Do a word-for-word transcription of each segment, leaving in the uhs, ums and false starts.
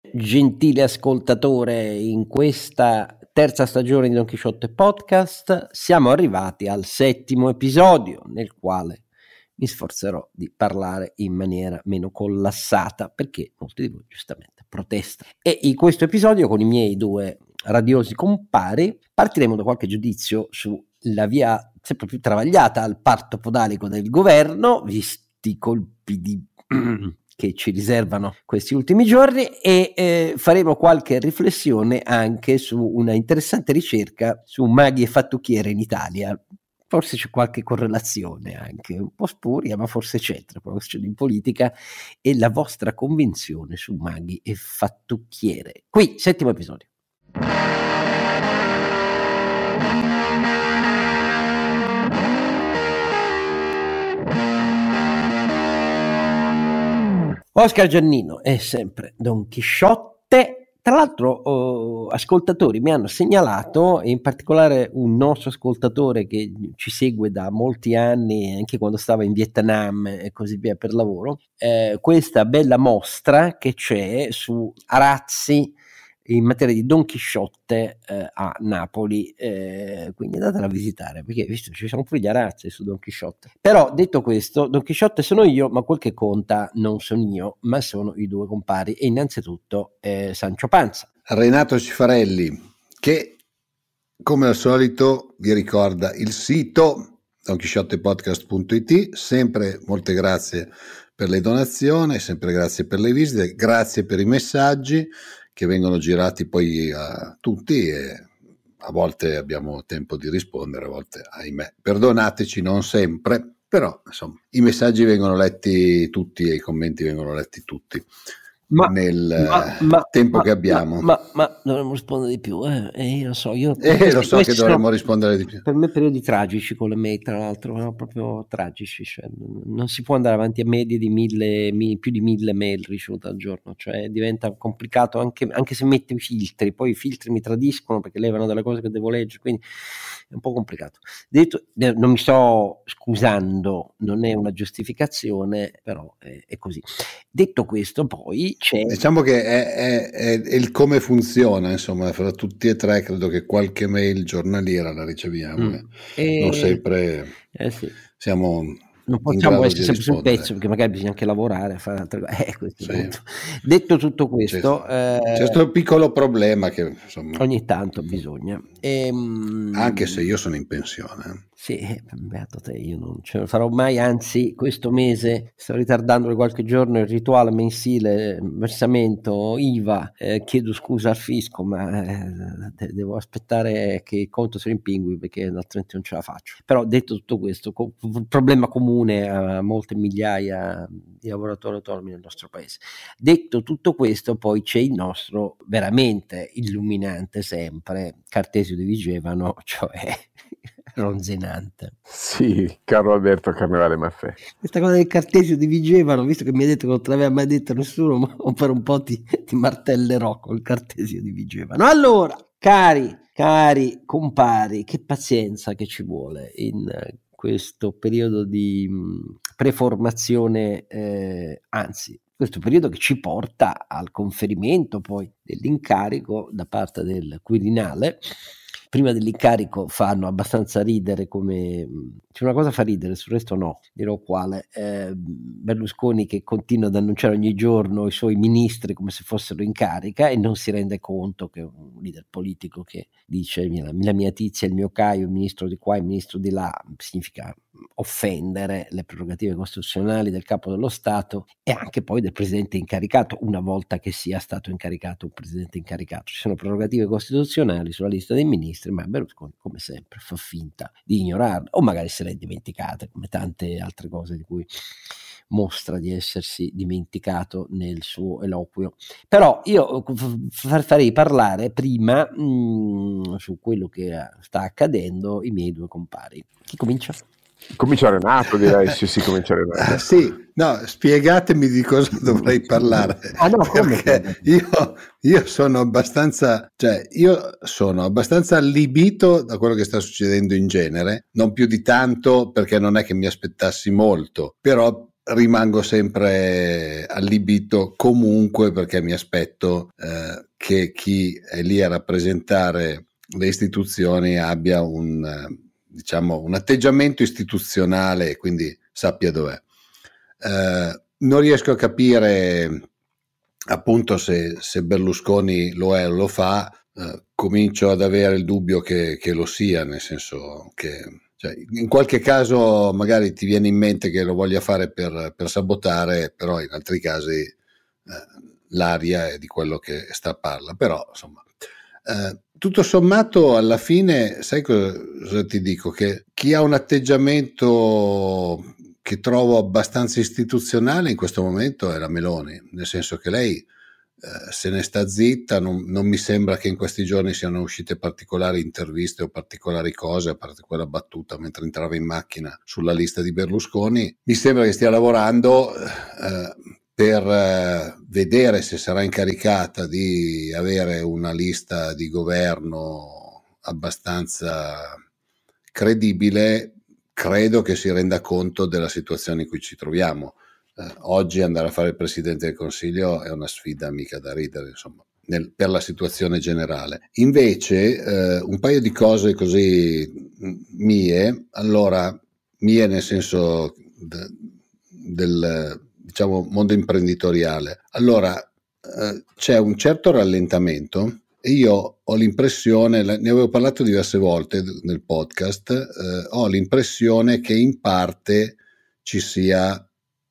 Gentile ascoltatore, in questa terza stagione di Don Chisciotte Podcast siamo arrivati al settimo episodio, nel quale mi sforzerò di parlare in maniera meno collassata, perché molti di voi giustamente protestano. E in questo episodio, con i miei due radiosi compari, partiremo da qualche giudizio sulla via sempre più travagliata al parto podalico del governo, visti i colpi di che ci riservano questi ultimi giorni, e eh, faremo qualche riflessione anche su una interessante ricerca su maghi e fattucchiere in Italia. Forse c'è qualche correlazione anche, un po' spuria, ma forse c'è tra la questione in politica e la vostra convinzione su maghi e fattucchiere. Qui, settimo episodio. Oscar Giannino è sempre Don Chisciotte. Tra l'altro oh, ascoltatori mi hanno segnalato, in particolare un nostro ascoltatore che ci segue da molti anni, anche quando stava in Vietnam e così via per lavoro, eh, questa bella mostra che c'è su Arazzi in materia di Don Chisciotte eh, a Napoli, eh, quindi andatela a visitare, perché visto ci sono pure gli arazzi su Don Chisciotte. Però detto questo, Don Chisciotte sono io, ma quel che conta non sono io, ma sono i due compari, e innanzitutto eh, Sancio Panza, Renato Cifarelli, che come al solito vi ricorda il sito don chisciotte podcast punto it. Sempre molte grazie per le donazioni, sempre grazie per le visite, grazie per i messaggi che vengono girati poi a tutti, e a volte abbiamo tempo di rispondere, a volte ahimè, perdonateci, non sempre, però insomma i messaggi vengono letti tutti e i commenti vengono letti tutti ma, nel ma, ma, tempo ma, che abbiamo. Ma, ma, ma dovremmo rispondere di più, eh? E io lo so, io eh, lo so che dovremmo sono, rispondere di più. Per me periodi tragici con le mail, tra l'altro, no? Proprio tragici, cioè, non si può andare avanti a medie di mille, mi, più di mille mail ricevute al giorno, cioè diventa complicato anche, anche se metti i filtri, poi i filtri mi tradiscono perché levano delle cose che devo leggere, quindi è un po' complicato. Detto, non mi sto scusando, non è una giustificazione, però è, è così. Detto questo, poi c'è... Diciamo che è, è, è, è il come funziona, insomma, fra tutti e tre credo che qualche mail giornaliera la riceviamo, mm. e non sempre eh sì. siamo... Non possiamo essere sempre sul pezzo, perché magari bisogna anche lavorare, fare altre cose. Eh, questo sì. Detto tutto questo, c'è, eh, c'è questo piccolo problema che insomma ogni tanto bisogna. Ehm, anche se io sono in pensione. Sì, beato te, io non ce la farò mai, anzi questo mese sto ritardando di qualche giorno il rituale mensile versamento I V A, eh, chiedo scusa al fisco, ma eh, devo aspettare che il conto si rimpingui perché altrimenti non ce la faccio. Però detto tutto questo, co- problema comune a molte migliaia di lavoratori autonomi nel nostro paese. Detto tutto questo, poi c'è il nostro veramente illuminante sempre Cartesio di Vigevano, cioè ronzinante. Sì, caro Alberto Carnevale Maffè. Questa cosa del Cartesio di Vigevano, visto che mi hai detto che non te l'aveva mai detto nessuno, ma per un po' ti, ti martellerò col Cartesio di Vigevano. Allora, cari, cari compari, che pazienza che ci vuole in questo periodo di mh, preformazione, eh, anzi, questo periodo che ci porta al conferimento poi dell'incarico da parte del Quirinale. Prima dell'incarico fanno abbastanza ridere, come c'è una cosa fa ridere, sul resto no, dirò quale. eh, Berlusconi che continua ad annunciare ogni giorno i suoi ministri come se fossero in carica e non si rende conto che è un leader politico che dice la, la mia tizia, il mio Caio, il ministro di qua, il ministro di là, significa offendere le prerogative costituzionali del capo dello Stato e anche poi del presidente incaricato, una volta che sia stato incaricato un presidente incaricato. Ci sono prerogative costituzionali sulla lista dei ministri, ma Berlusconi come sempre fa finta di ignorarle o magari se le è dimenticate, come tante altre cose di cui mostra di essersi dimenticato nel suo eloquio. Però io farei parlare prima mh, su quello che sta accadendo i miei due compari. Chi comincia? Comincia Renato, direi. Sì, sì, comincia Renato. Ah, sì, no, spiegatemi di cosa dovrei parlare. Ah, no, come? Io, io sono abbastanza, cioè, io sono abbastanza allibito da quello che sta succedendo in genere, non più di tanto perché non è che mi aspettassi molto, però rimango sempre allibito comunque, perché mi aspetto eh, che chi è lì a rappresentare le istituzioni abbia un, eh, diciamo, un atteggiamento istituzionale e quindi sappia dov'è. Eh, non riesco a capire appunto se, se Berlusconi lo è o lo fa, eh, comincio ad avere il dubbio che, che lo sia, nel senso che cioè, in qualche caso magari ti viene in mente che lo voglia fare per, per sabotare, però in altri casi eh, l'aria è di quello che sta a parla. Però insomma, eh, tutto sommato alla fine sai cosa ti dico? Che chi ha un atteggiamento che trovo abbastanza istituzionale in questo momento è la Meloni, nel senso che lei eh, se ne sta zitta, non, non mi sembra che in questi giorni siano uscite particolari interviste o particolari cose, a parte quella battuta mentre entrava in macchina sulla lista di Berlusconi. Mi sembra che stia lavorando eh, per eh, vedere se sarà incaricata di avere una lista di governo abbastanza credibile. Credo che si renda conto della situazione in cui ci troviamo. Eh, oggi andare a fare il Presidente del Consiglio è una sfida mica da ridere, insomma, nel, per la situazione generale. Invece, eh, un paio di cose così mie, allora, mie nel senso de, del, diciamo, mondo imprenditoriale. Allora, eh, c'è un certo rallentamento. E io ho l'impressione, ne avevo parlato diverse volte nel podcast, eh, ho l'impressione che in parte ci sia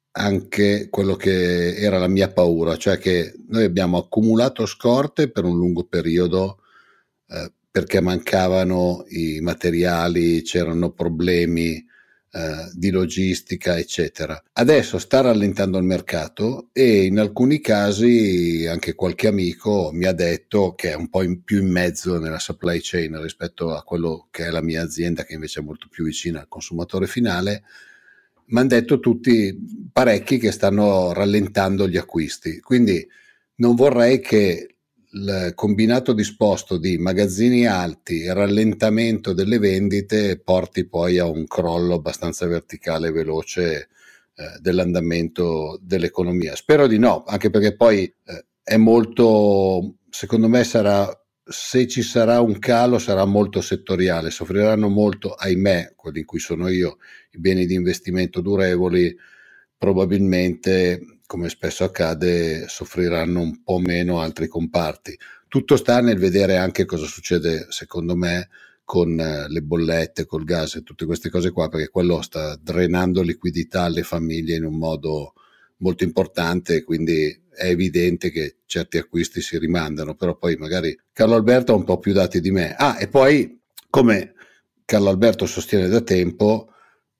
anche quello che era la mia paura, cioè che noi abbiamo accumulato scorte per un lungo periodo eh, perché mancavano i materiali, c'erano problemi Uh, di logistica eccetera. Adesso sta rallentando il mercato e in alcuni casi anche qualche amico mi ha detto che è un po' in più in mezzo nella supply chain rispetto a quello che è la mia azienda, che invece è molto più vicina al consumatore finale. Mi hanno detto tutti parecchi che stanno rallentando gli acquisti, quindi non vorrei che il combinato disposto di magazzini alti e rallentamento delle vendite porti poi a un crollo abbastanza verticale e veloce eh, dell'andamento dell'economia. Spero di no, anche perché poi eh, è molto, secondo me sarà, se ci sarà un calo sarà molto settoriale, soffriranno molto, ahimè, quelli in cui sono io, i beni di investimento durevoli, probabilmente, come spesso accade, soffriranno un po' meno altri comparti. Tutto sta nel vedere anche cosa succede, secondo me, con le bollette, col gas e tutte queste cose qua, perché quello sta drenando liquidità alle famiglie in un modo molto importante, quindi è evidente che certi acquisti si rimandano, però poi magari Carlo Alberto ha un po' più dati di me. Ah, e poi, come Carlo Alberto sostiene da tempo,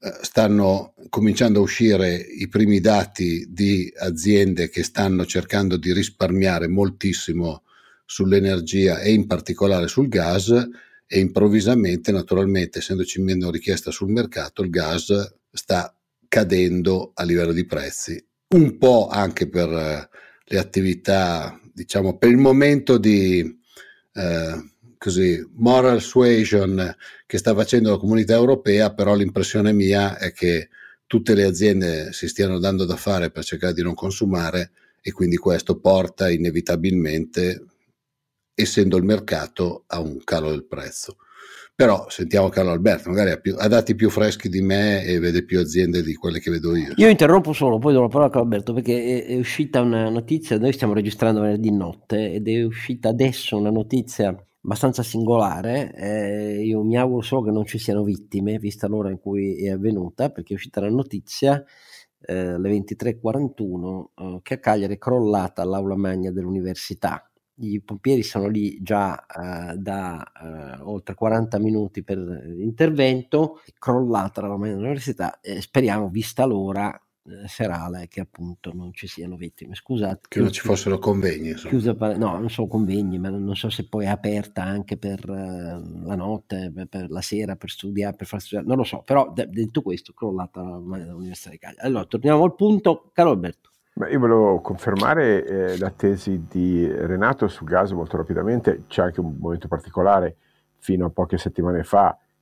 stanno cominciando a uscire i primi dati di aziende che stanno cercando di risparmiare moltissimo sull'energia e in particolare sul gas, e improvvisamente, naturalmente, essendoci meno richiesta sul mercato, il gas sta cadendo a livello di prezzi, un po' anche per le attività, diciamo, per il momento di eh, così moral suasion che sta facendo la comunità europea, però l'impressione mia è che tutte le aziende si stiano dando da fare per cercare di non consumare, e quindi questo porta inevitabilmente, essendo il mercato, a un calo del prezzo. Però sentiamo Carlo Alberto, magari ha, più, ha dati più freschi di me e vede più aziende di quelle che vedo io. Io interrompo solo, poi do la parola a Carlo Alberto, perché è, è uscita una notizia, noi stiamo registrando venerdì notte ed è uscita adesso una notizia abbastanza singolare. Eh, io mi auguro solo che non ci siano vittime, vista l'ora in cui è avvenuta, perché è uscita la notizia eh, alle ventitré e quarantuno eh, che a Cagliari è crollata l'aula magna dell'università. I pompieri sono lì già uh, da uh, oltre quaranta minuti per l'intervento, è crollata l'aula magna dell'università e speriamo, vista l'ora eh, serale, che appunto non ci siano vittime. Scusate. Che non ci fossero convegni. Chiusa, no, non sono convegni, ma non so se poi è aperta anche per uh, la notte, per, per la sera, per studiare, per far studiare, non lo so, però de- detto questo, crollata l'aula magna dell'università di Cagliari. Allora, torniamo al punto, caro Alberto. Beh, io volevo confermare eh, la tesi di Renato su gas molto rapidamente. C'è anche un momento particolare: fino a poche settimane fa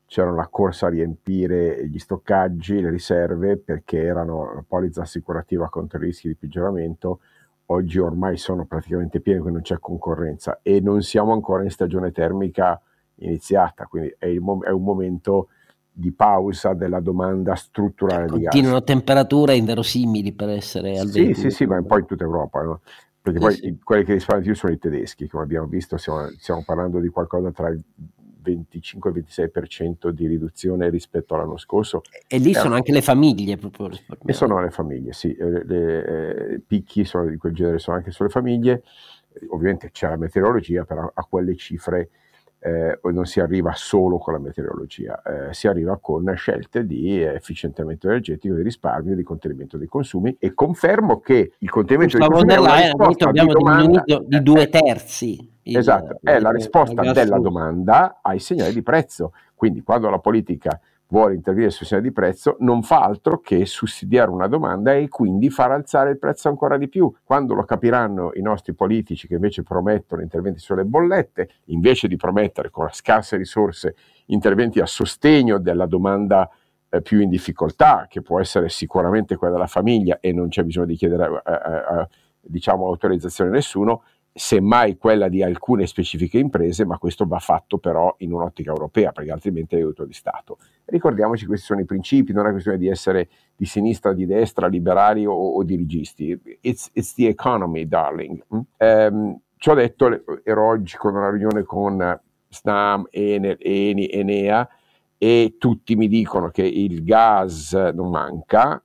c'era una corsa a riempire gli stoccaggi, le riserve, perché erano una polizza assicurativa contro i rischi di peggioramento. Oggi ormai sono praticamente piene, quindi non c'è concorrenza e non siamo ancora in stagione termica iniziata, quindi è, il mom- è un momento di pausa della domanda strutturale di gas. Continuano temperature inverosimili per essere al Sì, venti. sì, sì, ma un po' in tutta Europa, no? Perché Sì, poi sì. i- quelli che risparmiano di più sono i tedeschi, come abbiamo visto, stiamo, stiamo parlando di qualcosa tra il venticinque e il ventisei per cento di riduzione rispetto all'anno scorso. E lì È sono una- anche le famiglie proprio E risparmiate. sono le famiglie, sì, eh, le, eh, picchi sono di quel genere sono anche sulle famiglie. Eh, ovviamente c'è la meteorologia, però a quelle cifre eh, non si arriva solo con la meteorologia, eh, si arriva con scelte di efficientamento energetico, di risparmio, di contenimento dei consumi, e confermo che il contenimento dei Ursula von consumi è der una Leyen ha detto risposta di abbiamo domanda. diminuito di eh, due eh, terzi il, Esatto, la, è la la risposta gas della russo. domanda ai segnali di prezzo. Quindi quando la politica vuole intervenire sui segnali di prezzo non fa altro che sussidiare una domanda e quindi far alzare il prezzo ancora di più. Quando lo capiranno i nostri politici, che invece promettono interventi sulle bollette, invece di promettere con scarse risorse interventi a sostegno della domanda eh, più in difficoltà, che può essere sicuramente quella della famiglia e non c'è bisogno di chiedere eh, eh, eh, diciamo autorizzazione a nessuno, semmai quella di alcune specifiche imprese, ma questo va fatto però in un'ottica europea, perché altrimenti è aiuto di Stato. Ricordiamoci, questi sono i principi, non è questione di essere di sinistra, di destra, liberali o, o dirigisti. It's, it's the economy, darling. Mm? Ehm, ciò detto, ero oggi con una riunione con Snam, Enel, Eni, Enea, e tutti mi dicono che il gas non manca,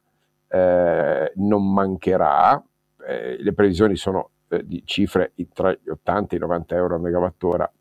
eh, non mancherà, eh, le previsioni sono di cifre tra gli ottanta e i novanta euro a megawattora,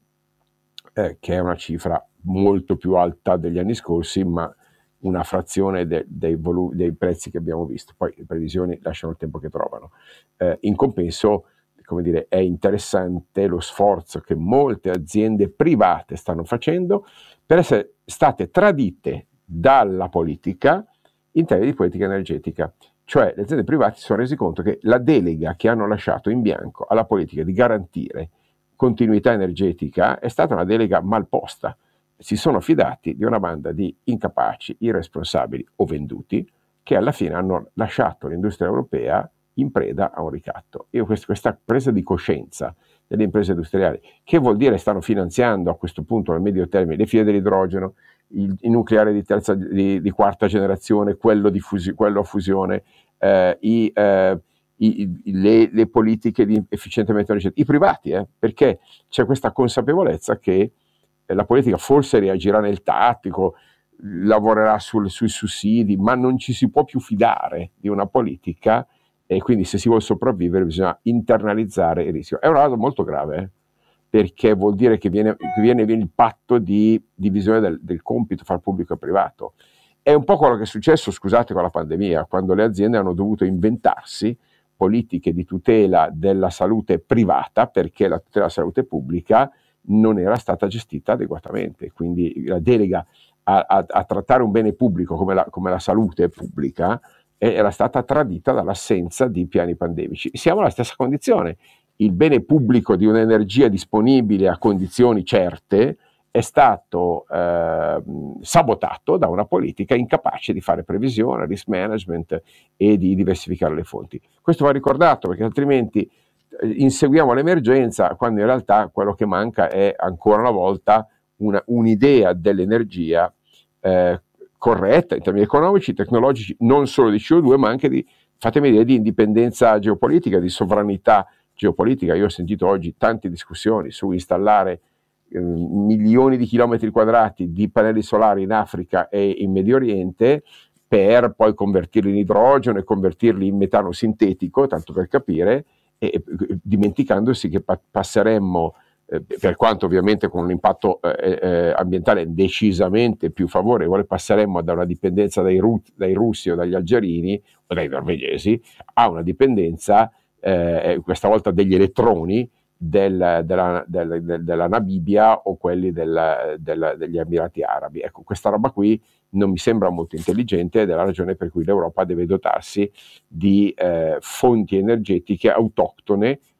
eh, che è una cifra molto più alta degli anni scorsi, ma una frazione de, dei, volu- dei prezzi che abbiamo visto. Poi le previsioni lasciano il tempo che trovano. Eh, in compenso, come dire, è interessante lo sforzo che molte aziende private stanno facendo per essere state tradite dalla politica in termini di politica energetica. Cioè le aziende private si sono resi conto che la delega che hanno lasciato in bianco alla politica di garantire continuità energetica è stata una delega mal posta. Si sono fidati di una banda di incapaci, irresponsabili o venduti che alla fine hanno lasciato l'industria europea in preda a un ricatto. Io quest- questa presa di coscienza delle imprese industriali, che vuol dire stanno finanziando a questo punto nel medio termine le file dell'idrogeno, il, il nucleare di, terza, di, di quarta generazione, quello, di fusi, quello a fusione, eh, i, eh, i, le, le politiche di efficientamento energetico, i privati, eh, perché c'è questa consapevolezza che eh, la politica forse reagirà nel tattico, lavorerà sul, sui sussidi, ma non ci si può più fidare di una politica, e quindi se si vuole sopravvivere bisogna internalizzare il rischio. È una cosa molto grave, eh, perché vuol dire che viene, che viene, viene il patto di divisione del, del compito fra pubblico e privato. È un po' quello che è successo, scusate, con la pandemia, quando le aziende hanno dovuto inventarsi politiche di tutela della salute privata perché la tutela della salute pubblica non era stata gestita adeguatamente. Quindi la delega a, a, a trattare un bene pubblico come la, come la salute pubblica era stata tradita dall'assenza di piani pandemici. Siamo alla stessa condizione. Il bene pubblico di un'energia disponibile a condizioni certe è stato eh, sabotato da una politica incapace di fare previsione, risk management e di diversificare le fonti. Questo va ricordato, perché altrimenti inseguiamo l'emergenza quando in realtà quello che manca è ancora una volta una, un'idea dell'energia eh, corretta in termini economici, tecnologici, non solo di C O due, ma anche di, fatemi dire, di indipendenza geopolitica, di sovranità geopolitica. Io ho sentito oggi tante discussioni su installare eh, milioni di chilometri quadrati di pannelli solari in Africa e in Medio Oriente per poi convertirli in idrogeno e convertirli in metano sintetico, tanto per capire, e, e dimenticandosi che pa- passeremmo, eh, per quanto ovviamente con un impatto eh, eh, ambientale decisamente più favorevole, passeremmo da una dipendenza dai, ru- dai russi o dagli algerini o dai norvegesi a una dipendenza eh, questa volta degli elettroni del, della, del, del, della Namibia o quelli del, del, degli Emirati Arabi. Ecco, questa roba qui non mi sembra molto intelligente ed è la ragione per cui l'Europa deve dotarsi di eh, fonti energetiche autoctone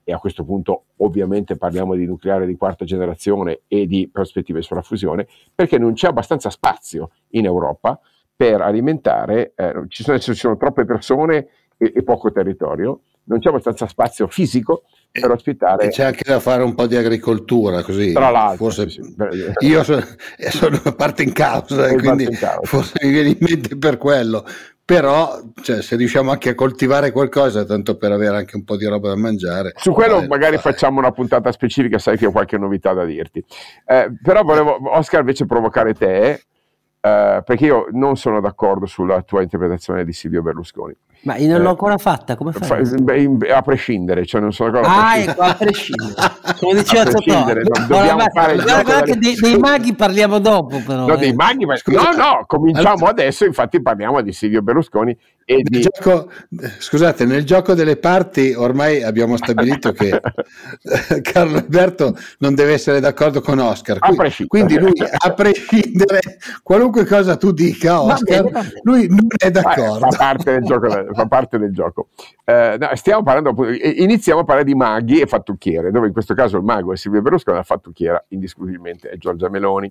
e a questo punto ovviamente parliamo di nucleare di quarta generazione e di prospettive sulla fusione, perché non c'è abbastanza spazio in Europa per alimentare, eh, ci, sono, ci sono troppe persone e, e poco territorio, non c'è abbastanza spazio fisico per ospitare. E c'è anche da fare un po' di agricoltura, così. Tra l'altro, forse sì, sì. Io sono, sono parte in causa, e quindi in causa. Forse mi viene in mente per quello. Però, cioè, se riusciamo anche a coltivare qualcosa, tanto per avere anche un po' di roba da mangiare. Su quello fare, magari fare. facciamo una puntata specifica, sai che ho qualche novità da dirti. Eh, però volevo, Oscar, invece provocare te, eh, perché io non sono d'accordo sulla tua interpretazione di Silvio Berlusconi. Ma io non eh, l'ho ancora fatta, come fai? Fa, a prescindere, cioè non sono d'accordo. Ah, ecco, a prescindere. Come diceva Totò. Dobbiamo fare il guarda, guarda che delle... dei, dei maghi parliamo dopo, però. No, eh. dei maghi, ma... no, no, cominciamo adesso, infatti parliamo di Silvio Berlusconi. E di... Gioco, scusate, nel gioco delle parti ormai abbiamo stabilito che Carlo Alberto non deve essere d'accordo con Oscar, quindi, quindi lui, a prescindere, qualunque cosa tu dica, Oscar, va bene, va bene. Lui non è d'accordo. Eh, fa parte del gioco. Fa parte del gioco. Eh, no, stiamo parlando, iniziamo a parlare di maghi e fattucchiere, dove in questo caso il mago è Silvio Berlusconi, la fattucchiera indiscutibilmente è Giorgia Meloni.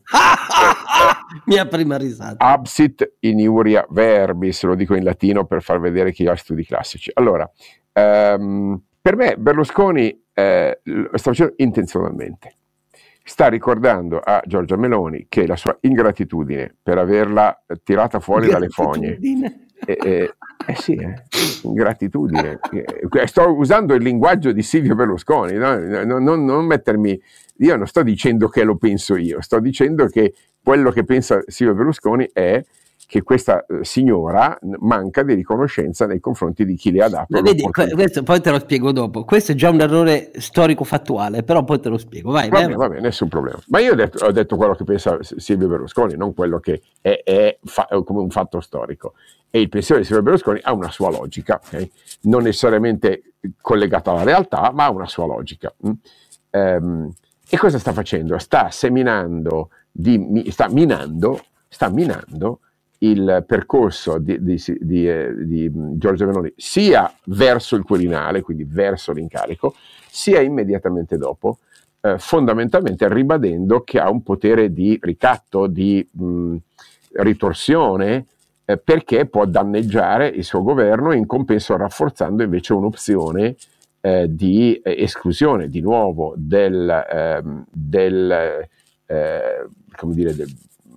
eh, Mia prima risata. Absit in iuria verbis, lo dico in latino per far vedere che io ho studi classici. Allora, ehm, per me Berlusconi eh, lo sta facendo intenzionalmente. Sta ricordando a Giorgia Meloni che la sua ingratitudine per averla tirata fuori dalle fogne. Eh, eh, eh sì, eh, ingratitudine. Eh, sto usando il linguaggio di Silvio Berlusconi, no? non, non, non mettermi. Io non sto dicendo che lo penso io, sto dicendo che quello che pensa Silvio Berlusconi è che questa eh, signora manca di riconoscenza nei confronti di chi le ha dato. Ma vedi, questo poi te lo spiego dopo. Questo è già un errore storico-fattuale, però poi te lo spiego. Vai, va vai, bene, va bene, nessun problema. Ma io ho detto, ho detto quello che pensa Silvio Berlusconi, non quello che è, è fa, come un fatto storico. E il pensiero di Silvio Berlusconi ha una sua logica, okay? Non necessariamente collegata alla realtà, ma ha una sua logica. Mm? Ehm, e cosa sta facendo? Sta seminando, di, sta minando, sta minando il percorso di, di, di, di, di Giorgia Meloni sia verso il Quirinale, quindi verso l'incarico, sia immediatamente dopo, eh, fondamentalmente ribadendo che ha un potere di ricatto, di mh, ritorsione, eh, perché può danneggiare il suo governo, in compenso rafforzando invece un'opzione eh, di eh, esclusione di nuovo del, eh, del eh, come dire, del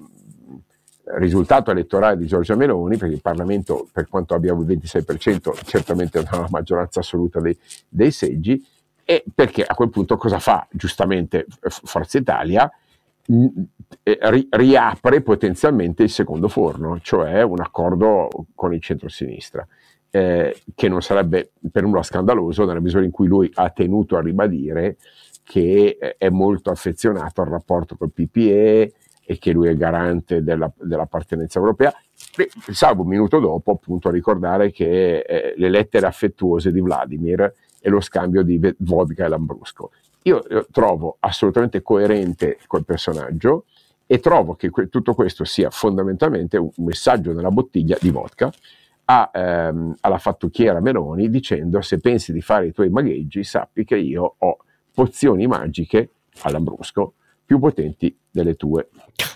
risultato elettorale di Giorgia Meloni, perché il Parlamento, per quanto abbia il ventisei per cento, certamente non ha la maggioranza assoluta dei, dei seggi, e perché a quel punto cosa fa? Giustamente Forza Italia mh, ri, riapre potenzialmente il secondo forno, cioè un accordo con il centrosinistra, eh, che non sarebbe per nulla scandaloso nella misura in cui lui ha tenuto a ribadire che eh, è molto affezionato al rapporto col P P E e che lui è garante della, dell'appartenenza europea, salvo un minuto dopo appunto a ricordare che eh, le lettere affettuose di Vladimir e lo scambio di vodka e lambrusco. Io, io trovo assolutamente coerente col personaggio e trovo che que- tutto questo sia fondamentalmente un messaggio nella bottiglia di vodka a, ehm, alla fattucchiera Meloni, dicendo: se pensi di fare i tuoi magheggi, sappi che io ho pozioni magiche all'ambrusco più potenti delle tue.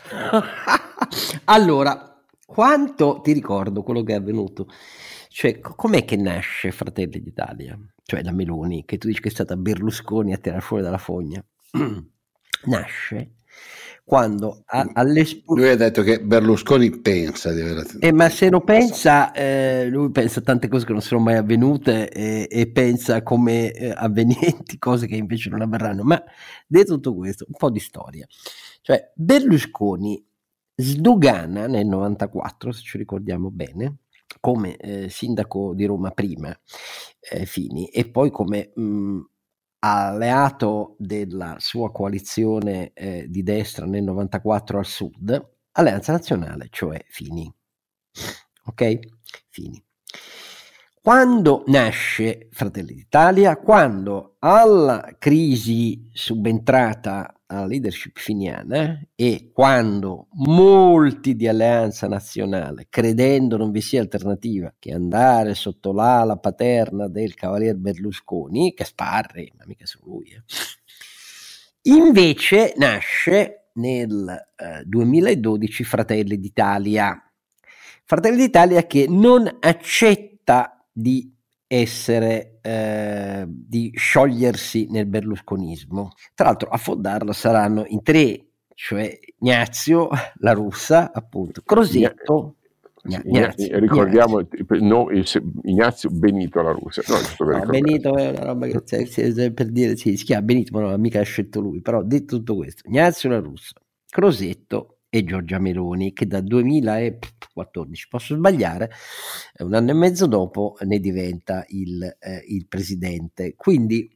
Allora, quanto ti ricordo quello che è avvenuto? Cioè, com'è che nasce Fratelli d'Italia? Cioè la Meloni, che tu dici che è stata Berlusconi a tirare fuori dalla fogna. Nasce quando a, all'espo... Lui ha detto che Berlusconi pensa di aver... Eh, ma se lo pensa, eh, lui pensa a tante cose che non sono mai avvenute e, e pensa come eh, avvenienti cose che invece non avverranno. Ma detto tutto questo, un po' di storia. Cioè, Berlusconi sdogana nel novantaquattro, se ci ricordiamo bene, come eh, sindaco di Roma prima, eh, Fini, e poi come mh, alleato della sua coalizione eh, di destra nel novantaquattro al sud, Alleanza Nazionale, cioè Fini. Ok? Fini. quando nasce Fratelli d'Italia, quando alla crisi subentrata alla leadership finiana e quando molti di Alleanza Nazionale, credendo non vi sia alternativa che andare sotto l'ala paterna del cavalier Berlusconi, Gasparri, ma mica solo lui, eh. Invece nasce nel eh, duemiladodici Fratelli d'Italia. Fratelli d'Italia che non accetta di essere, eh, di sciogliersi nel berlusconismo. Tra l'altro a fondarlo saranno in tre, cioè Ignazio La Russa, appunto, Crosetto, Igna- Ignazio, ricordiamo Ignazio. No, il, Ignazio Benito La Russa. No, no, Benito è una roba che cioè, cioè, per dire, sì, si chiama Benito, ma no, mica ha scelto lui, però detto tutto questo, Ignazio La Russa, Crosetto e Giorgia Meloni, che dal duemilaquattordici, posso sbagliare, un anno e mezzo dopo ne diventa il, eh, il presidente. Quindi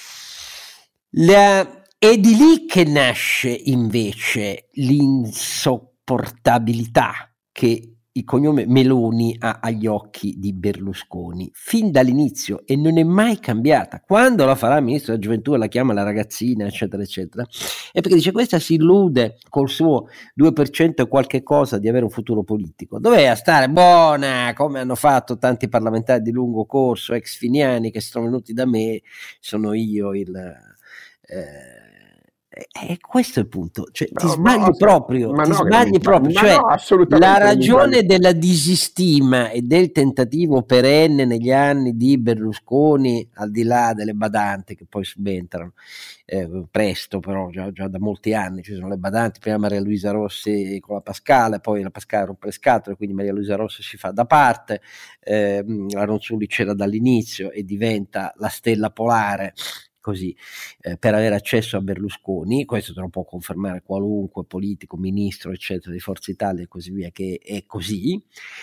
la, è di lì che nasce invece l'insopportabilità che il cognome Meloni ha agli occhi di Berlusconi fin dall'inizio e non è mai cambiata. Quando la farà il ministro della gioventù e la chiama la ragazzina eccetera eccetera, è perché dice questa si illude col suo due per cento e qualche cosa di avere un futuro politico, doveva stare buona come hanno fatto tanti parlamentari di lungo corso ex finiani che sono venuti da me, sono io il eh, E questo è il punto, cioè no, ti sbagli no, proprio, ti no, sbagli proprio, ma, cioè ma no, la ragione della disistima e del tentativo perenne negli anni di Berlusconi, al di là delle badanti che poi subentrano eh, presto, però già, già da molti anni ci sono le badanti, prima Maria Luisa Rossi con la Pascale, poi la Pascale rompe le scatole, quindi Maria Luisa Rossi si fa da parte, eh, la Ronzulli c'era dall'inizio e diventa la stella polare così eh, per avere accesso a Berlusconi. Questo te lo può confermare qualunque politico, ministro eccetera di Forza Italia e così via, che è così.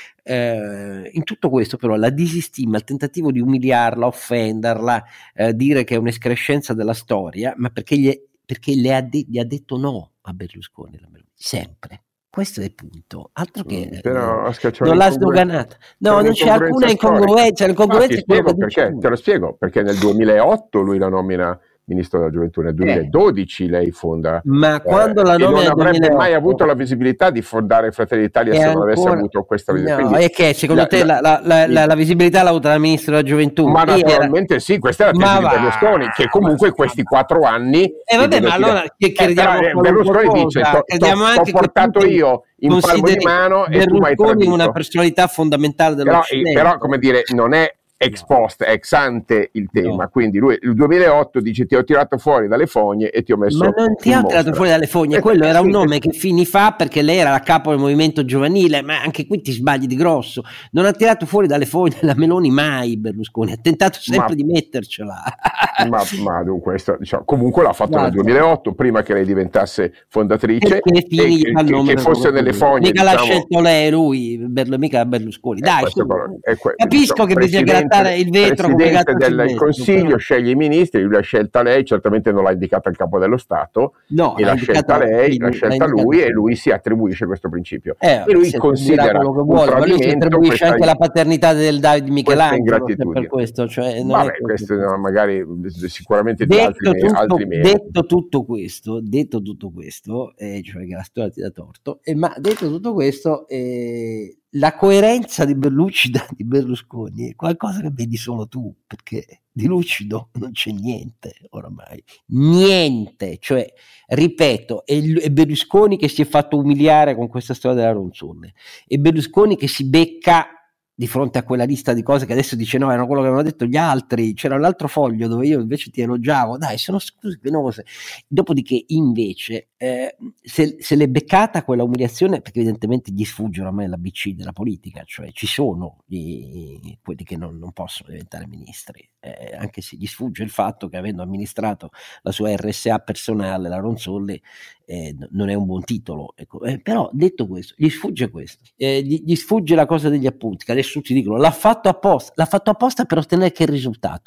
Eh, in tutto questo però la disistima, il tentativo di umiliarla, offenderla, eh, dire che è un'escrescenza della storia, ma perché, gli, è, perché le ha de- gli ha detto no a Berlusconi, sempre. Questo è il punto, altro che però, eh, non l'ha sdoganata. No, non c'è alcuna incongruenza. L'incongruenza no, spiego perché, te lo spiego, perché nel duemilaotto lui la nomina ministro della gioventù, nel duemiladodici eh. lei fonda, ma eh, quando la nomina e non avrebbe duemilaotto mai avuto la visibilità di fondare Fratelli d'Italia se ancora, non avesse avuto questa visibilità. No, è che secondo la, te la, la, la, la, la visibilità l'ha avuta la ministra della gioventù? Ma naturalmente era... sì, questa è la tesi di Berlusconi, che comunque in questi quattro anni e eh, vabbè, ma allora che crediamo eh, Berlusconi cosa, dice t'ho portato io in palmo di mano e tu mi hai tradito. Una personalità fondamentale dell'Occidente. Però, però come dire, non è ex post, ex ante il tema, no. Quindi lui il duemilaotto dice ti ho tirato fuori dalle fogne e ti ho messo ma non ti ho tirato fuori dalle fogne, quello era un nome che finì fa perché lei era la capo del movimento giovanile, ma anche qui ti sbagli di grosso, non ha tirato fuori dalle fogne la Meloni mai Berlusconi, ha tentato sempre ma, di mettercela ma, ma dunque questo, diciamo, comunque l'ha fatto Guarda. nel duemilaotto prima che lei diventasse fondatrice e, e che, che fosse nelle fogne, mica diciamo, l'ha scelto lei lui, Berl- mica Berlusconi, eh, dai su, è que- capisco diciamo, che bisogna il vetro il presidente del vetro, Consiglio però. sceglie i ministri, lui l'ha scelta lei, certamente non l'ha indicata il capo dello Stato, no, e l'ha scelta lei, l'ha scelta lui e lui si attribuisce questo principio eh, e lui considera quello che vuole, ma lui si attribuisce anche la paternità del Davide Michelangelo per questo, cioè, non Vabbè, è questo no, magari sicuramente detto di altri, tutto, altri detto tutto questo detto tutto questo eh, cioè che la storia ti dà torto eh, ma detto tutto questo eh, la coerenza di lucida di Berlusconi è qualcosa che vedi solo tu, perché di lucido non c'è niente oramai, niente, cioè ripeto, è, è Berlusconi che si è fatto umiliare con questa storia della Ronzulli, è Berlusconi che si becca di fronte a quella lista di cose che adesso dice no, erano quello che avevano detto gli altri, c'era l'altro foglio dove io invece ti elogiavo, dai sono scuse penose, dopodiché invece eh, se, se l'è beccata quella umiliazione, perché evidentemente gli sfugge ormai l'A B C della politica, cioè ci sono gli, quelli che non, non possono diventare ministri, eh, anche se gli sfugge il fatto che avendo amministrato la sua R S A personale, la Ronzulli, eh, non è un buon titolo, ecco. eh, però detto questo, gli sfugge questo, eh, gli, gli sfugge la cosa degli appunti, che adesso tutti dicono l'ha fatto apposta, l'ha fatto apposta per ottenere che risultato?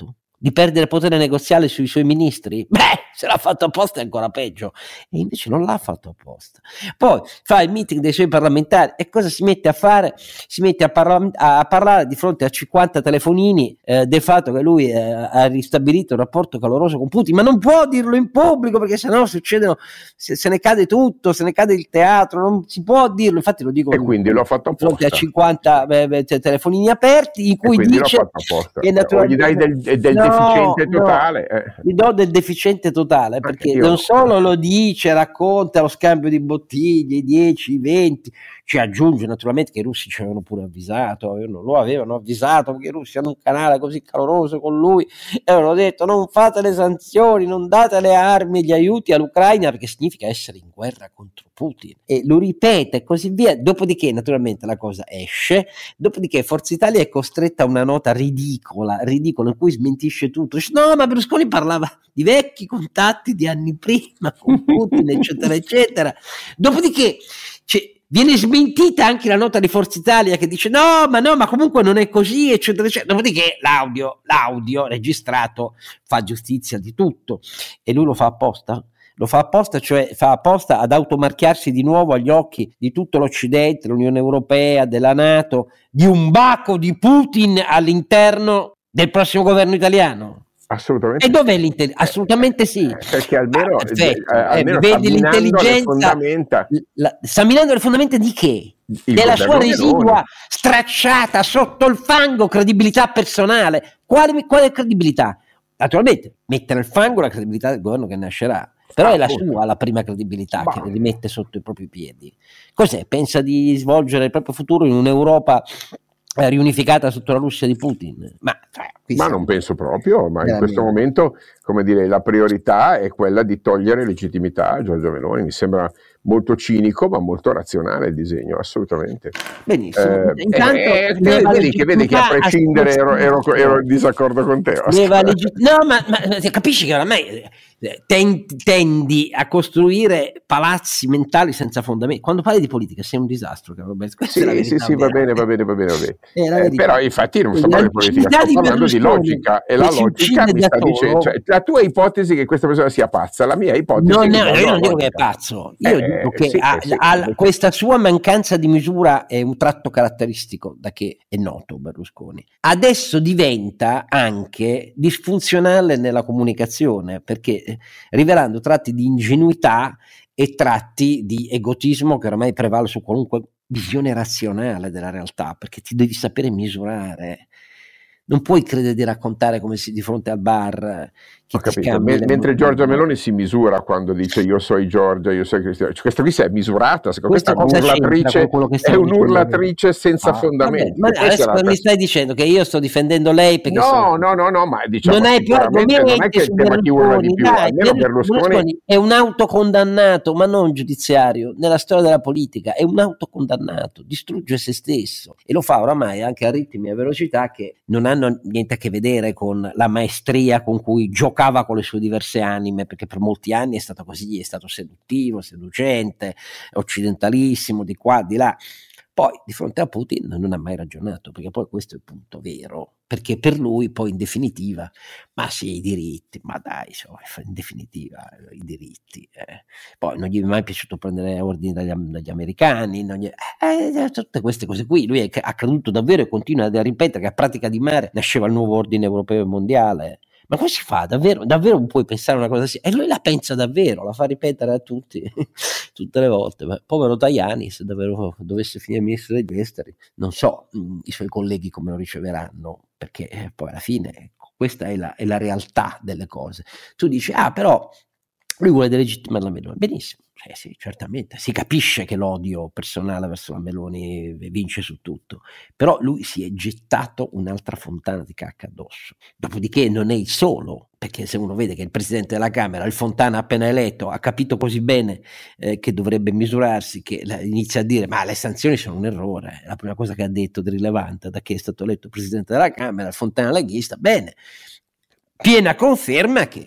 di perdere potere negoziale sui suoi ministri? Beh, se l'ha fatto apposta è ancora peggio. E invece non l'ha fatto apposta. Poi fa il meeting dei suoi parlamentari e cosa si mette a fare? Si mette a, parla- a parlare di fronte a cinquanta telefonini eh, del fatto che lui eh, ha ristabilito un rapporto caloroso con Putin, ma non può dirlo in pubblico perché sennò succedono, se, se ne cade tutto, se ne cade il teatro, non si può dirlo, infatti lo dico. E quindi l'ho fatto di fronte apposta. a cinquanta eh, telefonini aperti in cui dice che o gli dai del, del no, deficiente totale no, eh. gli do del deficiente totale perché io... non solo lo dice, racconta lo scambio di bottiglie, dieci, venti, ci aggiunge naturalmente che i russi ci avevano pure avvisato, non lo avevano avvisato perché i russi hanno un canale così caloroso con lui e avevano detto non fate le sanzioni, non date le armi e gli aiuti all'Ucraina perché significa essere in guerra contro Putin, e lo ripete e così via. Dopodiché naturalmente la cosa esce, dopodiché Forza Italia è costretta a una nota ridicola ridicola in cui smentisce tutto, dice, no ma Berlusconi parlava di vecchi contatti di anni prima con Putin eccetera eccetera. Dopodiché cioè, viene smentita anche la nota di Forza Italia che dice no ma no ma comunque non è così eccetera eccetera. Dopodiché l'audio l'audio registrato fa giustizia di tutto e lui lo fa apposta. Lo fa apposta, cioè fa apposta ad automarchiarsi di nuovo agli occhi di tutto l'Occidente, l'Unione Europea, della NATO, di un baco di Putin all'interno del prossimo governo italiano. Assolutamente. E dov'è l'intelligenza? Assolutamente sì. Perché almeno, ah, eh, almeno eh, vedi l'intelligenza. Le fondamenta. La, sta minando le fondamenta di che? Il Della sua residua Meloni. stracciata sotto il fango credibilità personale. Quale, quale credibilità? Naturalmente mette nel fango la credibilità del governo che nascerà. Però ah, è la sua la prima credibilità bah. che le rimette sotto i propri piedi. Cos'è? Pensa di svolgere il proprio futuro in un'Europa eh, riunificata sotto la Russia di Putin? Ma, cioè, ma non penso proprio, ma in questo momento, come dire, la priorità è quella di togliere legittimità a Giorgia Meloni. Mi sembra molto cinico ma molto razionale il disegno, assolutamente. Benissimo. Eh, Intanto eh, vedi, vedi, che, vedi che a prescindere ero, ero, ero in disaccordo con te. Legit- no, ma, ma capisci che oramai tendi, tendi a costruire palazzi mentali senza fondamenti. Quando parli di politica sei un disastro. Sì, sì, sì, sì, va bene, va bene, va bene, va bene. Eh, però infatti non sto parlando di politica, sto di parlando di logica e la logica mi sta dicendo, cioè, la tua ipotesi che questa persona sia pazza, la mia ipotesi non è no, io non dico che è pazzo, io eh, dico che sì, ha, sì, ha, sì. questa sua mancanza di misura è un tratto caratteristico da che è noto Berlusconi. Adesso diventa anche disfunzionale nella comunicazione perché rivelando tratti di ingenuità e tratti di egotismo che ormai prevale su qualunque visione razionale della realtà, perché ti devi sapere misurare. Non puoi credere di raccontare come si di fronte al bar. Ho capito. M- mentre Giorgia Meloni si misura quando dice io sono Giorgia, io sono Cristiano. Cioè, questa qui si è misurata, secondo questa me è un'urlatrice, è un'urlatrice senza ah, fondamenti. Vabbè, ma adesso mi stai dicendo che io sto difendendo lei perché no, sono... no, no, no, ma diciamo non, hai sicuramente non è che il tema ti urla di più, dai, almeno Berlusconi... Berlusconi è un autocondannato, ma non giudiziario, nella storia della politica, è un autocondannato, distrugge se stesso e lo fa oramai anche a ritmi e a velocità che non hanno niente a che vedere con la maestria con cui giocava con le sue diverse anime, perché per molti anni è stato così, è stato seduttivo, seducente, occidentalissimo, di qua, di là. Poi di fronte a Putin non ha mai ragionato, perché poi questo è il punto vero, perché per lui poi in definitiva, ma sì, i diritti, ma dai, insomma, in definitiva i diritti, eh. Poi non gli è mai piaciuto prendere ordini dagli, dagli americani, non gli, eh, tutte queste cose qui, lui è, ha creduto davvero e continua a ripetere che a Pratica di Mare nasceva il nuovo ordine europeo e mondiale. Ma come si fa? Davvero, davvero puoi pensare una cosa simile? E lui la pensa davvero, la fa ripetere a tutti, tutte le volte. Ma povero Tajani, se davvero dovesse finire ministro degli esteri, non so mh, i suoi colleghi come lo riceveranno, perché eh, poi alla fine ecco, questa è la, è la realtà delle cose. Tu dici, ah però lui vuole delegittimare la Meloni, benissimo. Eh sì, certamente, si capisce che l'odio personale verso la Meloni vince su tutto, però lui si è gettato un'altra fontana di cacca addosso. Dopodiché non è il solo, perché se uno vede che il presidente della Camera, il Fontana appena eletto, ha capito così bene eh, che dovrebbe misurarsi, che la, inizia a dire ma le sanzioni sono un errore, è la prima cosa che ha detto di rilevante da che è stato eletto presidente della Camera, il Fontana leghista, bene, piena conferma che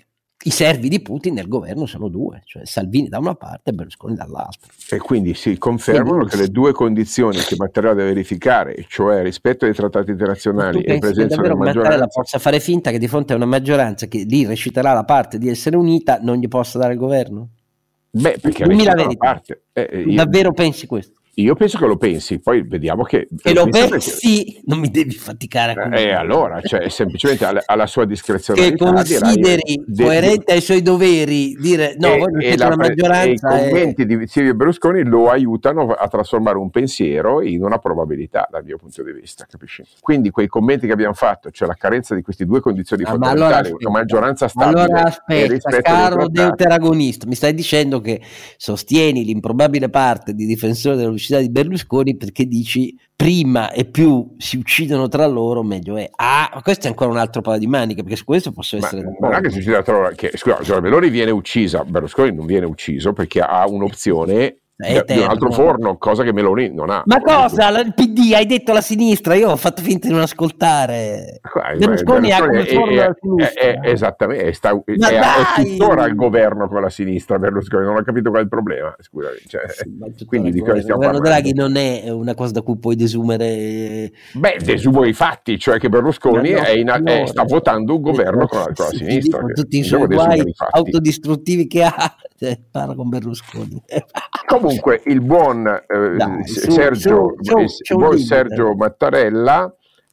I servi di Putin nel governo sono due, cioè Salvini da una parte e Berlusconi dall'altra. E quindi si confermano quindi, che le due condizioni che Mattarella deve verificare, cioè rispetto ai trattati internazionali e presenza della maggioranza. Mattarella possa fare finta che di fronte a una maggioranza che lì reciterà la parte di essere unita non gli possa dare il governo? Beh, perché la verità. Parte. Eh, io, davvero pensi questo? Io penso che lo pensi, poi vediamo che... Che lo pensi, perché... non mi devi faticare a E eh, allora, cioè, semplicemente alla, alla sua discrezionalità... Che consideri dirai, coerente de, ai suoi doveri, dire no, e, voi non siete una maggioranza... E i commenti e... di Silvio Berlusconi lo aiutano a trasformare un pensiero in una probabilità, dal mio punto di vista, capisci? Quindi quei commenti che abbiamo fatto, cioè la carenza di queste due condizioni ah, fondamentali, allora una maggioranza stabile... Allora aspetta, caro deuteragonista, mi stai dicendo che sostieni l'improbabile parte di difensore della lucidità di Berlusconi perché dici prima e più si uccidono tra loro meglio è. Ah, ma questo è ancora un altro paio di maniche, perché su questo posso essere ma non è che si uccide tra loro, che scusa, Giorgia Meloni viene uccisa, Berlusconi non viene ucciso perché ha un'opzione di, di un altro forno, cosa che Meloni non ha. Ma cosa? Il P D, hai detto la sinistra, io ho fatto finta di non ascoltare. Ah, Berlusconi ha come forno la sinistra. È, è, esattamente, è, sta, è, è tuttora al governo con la sinistra Berlusconi, non ho capito qual è il problema, scusami. Cioè, sì, quindi di cosa stiamo parlando? Il governo Draghi non è una cosa da cui puoi desumere... Beh, desumo i fatti, cioè che Berlusconi no, è in, no, è, sta votando un governo con la, con la sinistra. Con tutti i suoi guai autodistruttivi che ha, cioè, parla con Berlusconi. Comunque il buon, eh, Dai, su, Sergio, su, su, il, il buon Sergio Mattarella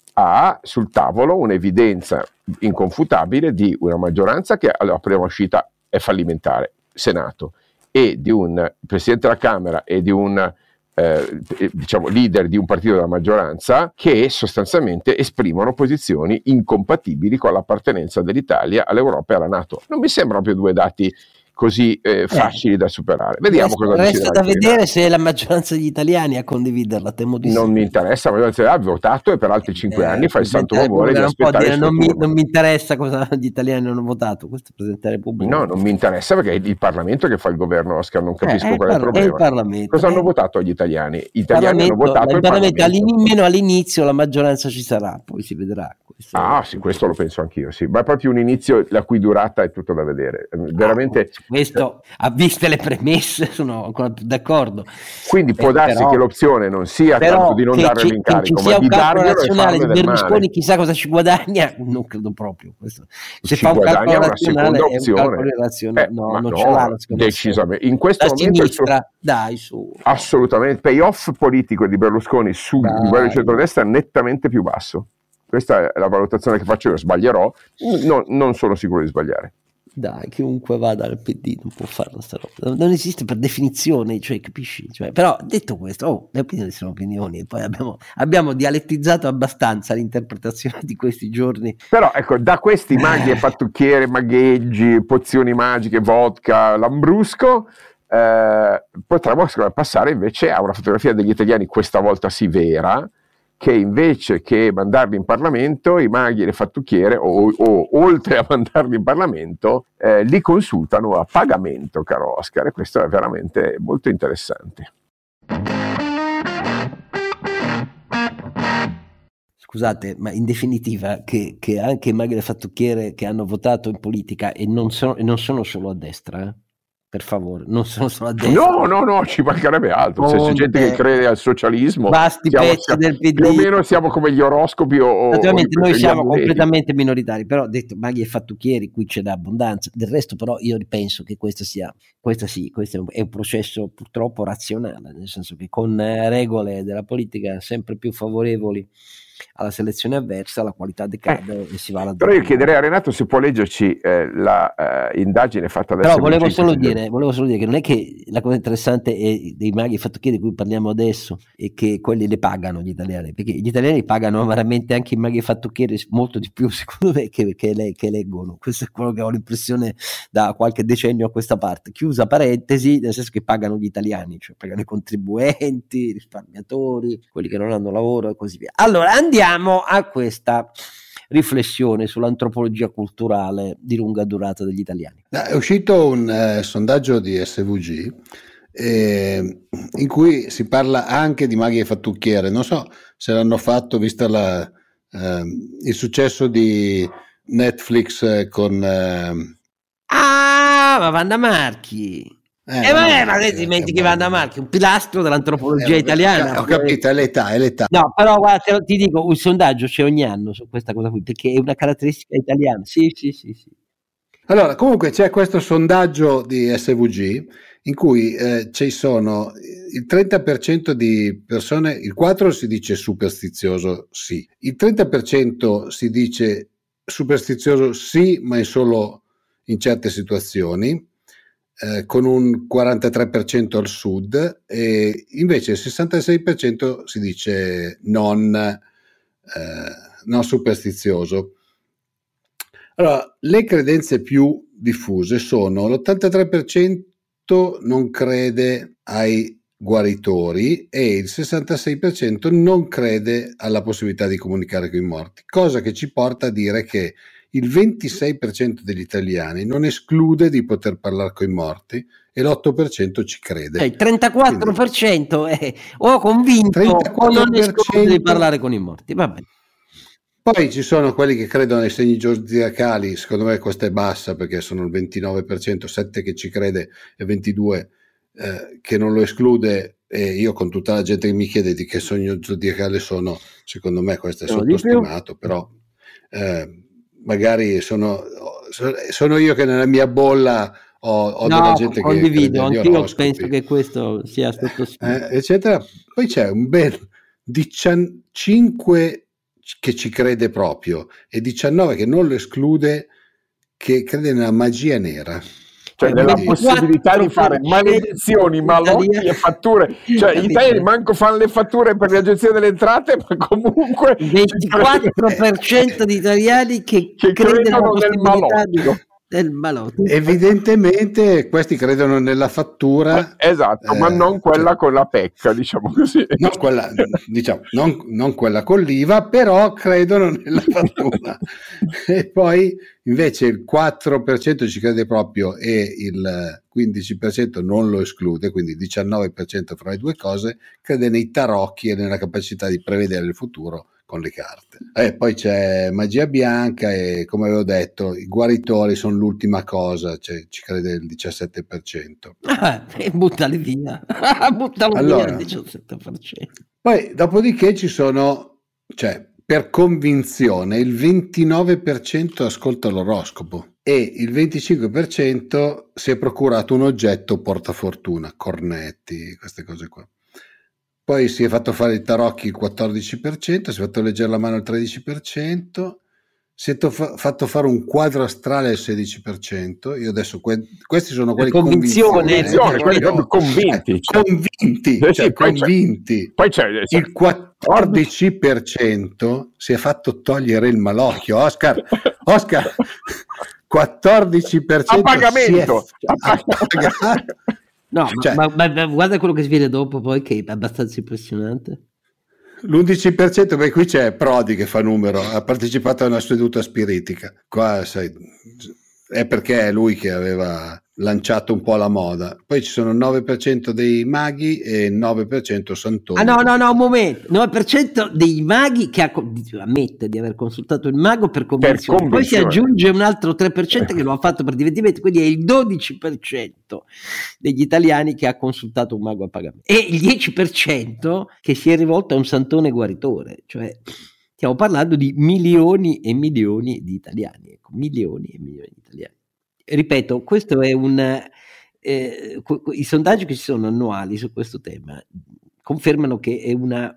ha sul tavolo un'evidenza inconfutabile di una maggioranza che alla prima uscita è fallimentare, Senato, e di un Presidente della Camera e di un eh, diciamo leader di un partito della maggioranza che sostanzialmente esprimono posizioni incompatibili con l'appartenenza dell'Italia all'Europa e alla NATO. Non mi sembrano più due dati così eh, facili eh. da superare. Vediamo resta, cosa resta da vedere se è la maggioranza degli italiani a condividerla. Temo di non sì. mi interessa, ma ha votato e per altri cinque eh, anni fa il santo favore di aspettare dire, non, mi, non mi interessa cosa gli italiani hanno votato, questo è presentare pubblico. No, non mi interessa perché è il Parlamento che fa il governo, Oscar, non capisco eh, qual è il problema. È il Parlamento. Cosa eh. hanno votato gli italiani? Gli italiani hanno votato il, il Parlamento. Parlamento. Almeno all'inizio la maggioranza ci sarà, poi si vedrà. Questo ah sì, questo lo penso anch'io, sì, ma è proprio un inizio la cui durata è tutto da vedere. Veramente ah, questo a viste le premesse sono ancora più d'accordo. Quindi può eh, darsi però, che l'opzione non sia tanto di non dargli l'incarico, ma di darglielo e farne del Berlusconi male. Chissà cosa ci guadagna, non credo proprio. Questo. Se ci fa un guadagna una seconda opzione, un eh, no, non no, ce l'ha decisamente. In questo la momento sinistra, su, dai su. Assolutamente, il payoff politico di Berlusconi sul livello di centrodestra è nettamente più basso. Questa è la valutazione che faccio io, sbaglierò, no, non sono sicuro di sbagliare. Dai, chiunque vada al P D non può farla sta roba, non esiste per definizione, cioè capisci? Cioè, però detto questo, oh, le opinioni sono opinioni e poi abbiamo, abbiamo dialettizzato abbastanza l'interpretazione di questi giorni. Però ecco, da questi maghi e fattucchiere, magheggi, pozioni magiche, vodka, lambrusco, eh, potremmo passare invece a una fotografia degli italiani, questa volta sì vera, che invece che mandarli in Parlamento, i maghi e le fattucchiere, o, o oltre a mandarli in Parlamento, eh, li consultano a pagamento, caro Oscar, e questo è veramente molto interessante. Scusate, ma in definitiva che, che anche i maghi e le fattucchiere che hanno votato in politica e non sono, e non sono solo a destra, eh? Per favore, non sono solo a destra. No, no, no, ci mancherebbe altro. Se c'è gente che crede al socialismo, basti siamo, pezzi siamo, del P D. Più o meno siamo come gli oroscopi o, naturalmente o noi siamo amuleti. Completamente minoritari, però detto maghi e fattucchieri, qui c'è d'abbondanza. Del resto però io penso che questo sia, questo sì, questo è un processo purtroppo razionale, nel senso che con regole della politica sempre più favorevoli alla selezione avversa la qualità decade eh, e si va alla però io chiederei a Renato se può leggerci eh, la eh, indagine fatta da però volevo solo dire volevo solo dire che non è che la cosa interessante è dei maghi e fattucchieri di cui parliamo adesso è che quelli le pagano gli italiani, perché gli italiani pagano veramente anche i maghi e fattucchieri molto di più secondo me che, che, le, che leggono. Questo è quello che ho l'impressione da qualche decennio a questa parte, chiusa parentesi, nel senso che pagano gli italiani, cioè pagano i contribuenti, i risparmiatori, quelli che non hanno lavoro e così via. Allora andiamo a questa riflessione sull'antropologia culturale di lunga durata degli italiani. È uscito un eh, sondaggio di S V G eh, in cui si parla anche di maghi e fattucchiere. Non so se l'hanno fatto vista la, eh, il successo di Netflix con eh, ah ma Wanda Marchi. Eh, Eh, vabbè, ma che- che dimentichi che Wanda buono. Marchi, un pilastro dell'antropologia Eh, italiana. Ho capito, è l'età, è l'età. No, però guarda, te lo- ti dico, un sondaggio c'è ogni anno su questa cosa qui, perché è una caratteristica italiana. Sì, sì, sì, sì. Allora, comunque c'è questo sondaggio di S V G in cui eh, ci sono il trenta per cento di persone, il quattro per cento si dice superstizioso sì, il trenta per cento si dice superstizioso sì, ma in solo in certe situazioni, eh, con un quarantatré per cento al sud, e invece il sessantasei per cento si dice non, eh, non superstizioso. Allora, le credenze più diffuse sono l'ottantatré per cento non crede ai guaritori e il sessantasei per cento non crede alla possibilità di comunicare con i morti, cosa che ci porta a dire che il ventisei per cento degli italiani non esclude di poter parlare con i morti e l'otto per cento ci crede. Eh, il trentaquattro per cento è o convinto o non esclude di parlare con i morti. Va bene. Poi ci sono quelli che credono ai segni zodiacali, secondo me questa è bassa perché sono il ventinove per cento, sette che ci crede e ventidue eh, che non lo esclude, e io con tutta la gente che mi chiede di che segno zodiacale sono, secondo me questo è No, di sottostimato, però eh, magari sono, sono io che nella mia bolla ho, ho No, della gente condivido, che crede agli anch'io oroscopi, penso che questo sia sottostimata. eh, eccetera. Poi c'è un bel diciancinque che ci crede proprio e diciannove che non lo esclude, che crede nella magia nera, cioè eh, nella quindi, possibilità di fare maledizioni, malotti e fatture, cioè gli italiani manco fanno le fatture per l'agenzia delle entrate, ma comunque il ventiquattro per cento di italiani che, che crede nella credono nel possibilità di, malocchio. del malotto. evidentemente questi credono nella fattura, Eh, esatto, eh, ma non quella cioè, con la pecca, diciamo così. non quella, diciamo, non, non quella con l'I V A, però credono nella fattura. E poi invece il quattro per cento ci crede proprio e il quindici per cento non lo esclude, quindi il diciannove per cento fra le due cose crede nei tarocchi e nella capacità di prevedere il futuro con le carte. E poi c'è magia bianca e, come avevo detto, i guaritori sono l'ultima cosa, cioè ci crede il diciassette per cento. Ah, e buttali via, buttalo Allora, via il diciassette per cento. Poi, dopodiché ci sono, cioè, per convinzione, il ventinove per cento ascolta l'oroscopo e il venticinque per cento si è procurato un oggetto portafortuna, cornetti, queste cose qua. Poi si è fatto fare i tarocchi il quattordici per cento, si è fatto leggere la mano il tredici per cento, si è to- fatto fare un quadro astrale al sedici per cento. Io adesso que- questi sono quelli convinzione, convinzione, eh, quelli proprio convinti, eh, cioè. convinti, Eh sì, cioè, poi c'è- convinti. poi c'è, c'è- Il quattordici per cento si è fatto togliere il malocchio. Oscar, Oscar, quattordici per cento a pagamento, si è a pagato. No, Cioè, ma, ma, ma guarda quello che si vede dopo poi, che è abbastanza impressionante. l'undici per cento, beh, qui c'è Prodi che fa numero, ha partecipato a una seduta spiritica. Qua sai, è perché è lui che aveva lanciato un po' la moda. Poi ci sono il nove per cento dei maghi e il nove per cento santoni. Ah no, no, no, un momento. nove per cento dei maghi che ha, ammette di aver consultato il mago per convinzione. Per Poi si convinzione. aggiunge un altro tre per cento che lo ha fatto per divertimento, quindi è il dodici per cento degli italiani che ha consultato un mago a pagamento. E il dieci per cento che si è rivolto a un santone guaritore. Cioè, stiamo parlando di milioni e milioni di italiani. Ecco, milioni e milioni di italiani. Ripeto, questo è un... Eh, i sondaggi che ci sono annuali su questo tema confermano che è una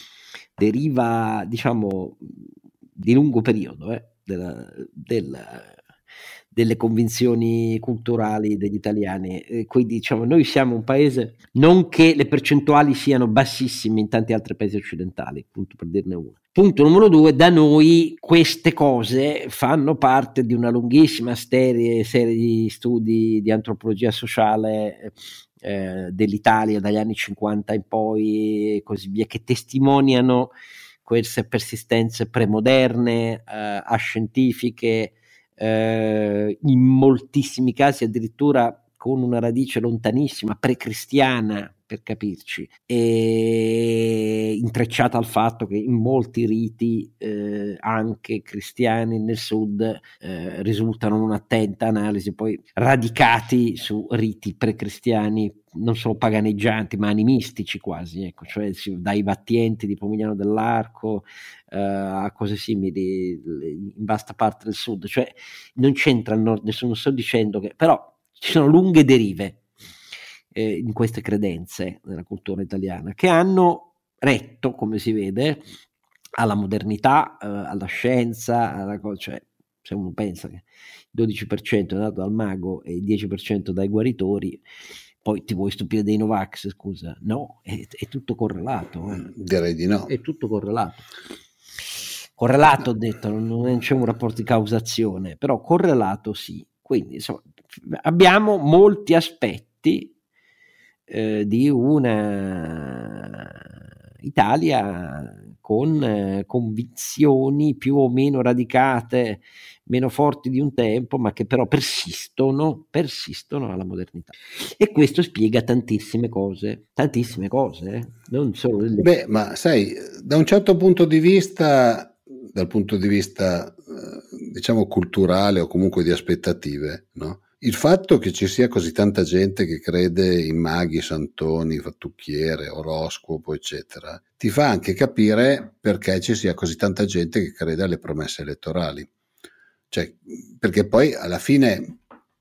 deriva, diciamo, di lungo periodo eh, della, della, delle convinzioni culturali degli italiani. E quindi, diciamo, noi siamo un paese, non che le percentuali siano bassissime in tanti altri paesi occidentali, appunto, per dirne uno. Punto numero due, da noi queste cose fanno parte di una lunghissima serie, serie di studi di antropologia sociale eh, dell'Italia dagli anni cinquanta in poi e così via, che testimoniano queste persistenze premoderne, eh, ascientifiche, eh, in moltissimi casi addirittura con una radice lontanissima, precristiana, per capirci, e intrecciata al fatto che in molti riti eh, anche cristiani nel sud eh, risultano un'attenta analisi poi radicati su riti precristiani non solo paganeggianti ma animistici quasi, ecco, cioè dai battienti di Pomigliano dell'Arco eh, a cose simili in vasta parte del sud, cioè non c'entra il nord, nessuno, sto dicendo che però ci sono lunghe derive eh, in queste credenze nella cultura italiana che hanno retto, come si vede, alla modernità, eh, alla scienza, alla co- cioè se uno pensa che il dodici per cento è dato dal mago e il dieci per cento dai guaritori, poi ti vuoi stupire dei Novax, scusa? No, è, è tutto correlato. Eh. Direi di no. È tutto correlato. Correlato, ho detto, non c'è un rapporto di causazione, però correlato sì. Quindi insomma, abbiamo molti aspetti eh, di una Italia con eh, convinzioni più o meno radicate, meno forti di un tempo, ma che però persistono, persistono alla modernità. E questo spiega tantissime cose, tantissime cose, eh? Non solo delle... Beh, ma sai, da un certo punto di vista, dal punto di vista, diciamo, culturale o comunque di aspettative, no? Il fatto che ci sia così tanta gente che crede in maghi, santoni, fattucchiere, oroscopo, eccetera, ti fa anche capire perché ci sia così tanta gente che crede alle promesse elettorali. Cioè, perché poi alla fine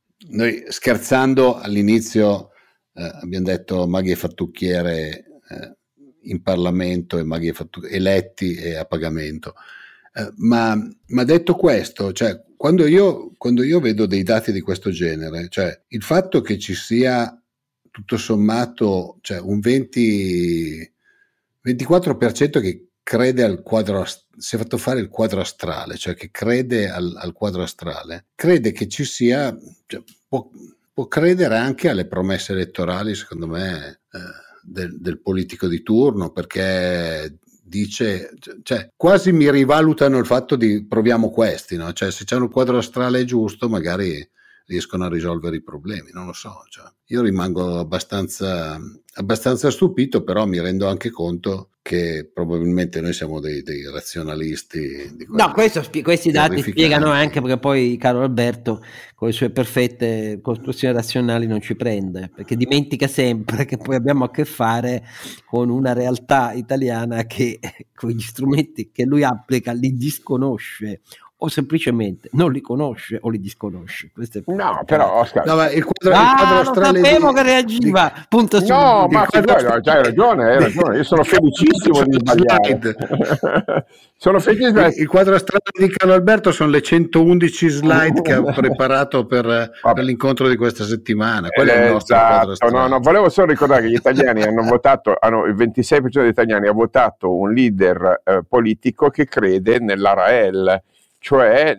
noi scherzando all'inizio eh, abbiamo detto maghi e fattucchiere eh, in Parlamento e maghi e fattucchiere eletti e a pagamento. Eh, ma, ma detto questo, cioè, quando io, quando io vedo dei dati di questo genere, cioè il fatto che ci sia tutto sommato cioè un venti, ventiquattro per cento che crede al quadro, si è fatto fare il quadro astrale, cioè che crede al, al quadro astrale, crede che ci sia, cioè, può, può credere anche alle promesse elettorali, secondo me, eh, del, del politico di turno, perché dice, cioè quasi mi rivalutano il fatto di proviamo questi, no? Cioè se c'è un quadro astrale giusto magari riescono a risolvere i problemi, non lo so, cioè, io rimango abbastanza, abbastanza stupito, però mi rendo anche conto che probabilmente noi siamo dei, dei razionalisti di no, questo, questi dati spiegano anche perché poi caro Alberto con le sue perfette costruzioni razionali non ci prende, perché dimentica sempre che poi abbiamo a che fare con una realtà italiana che con gli strumenti che lui applica li disconosce o semplicemente non li conosce o li disconosce. Questo è no, però Oscar, no, ma il quadro, ah, il quadro non astrale sapevo di, che reagiva di, punto no, su ma figurati, hai ragione, hai ragione, io sono felicissimo di sbagliare. Sono felicissimo. Il, il quadro astrale di Carlo Alberto sono le centoundici slide che ha preparato per, per l'incontro di questa settimana. Quello è il nostro esatto, quadro astrale. No, no, volevo solo ricordare che gli italiani hanno votato, hanno, il ventisei per cento degli italiani ha votato un leader eh, politico che crede nell'Arael, cioè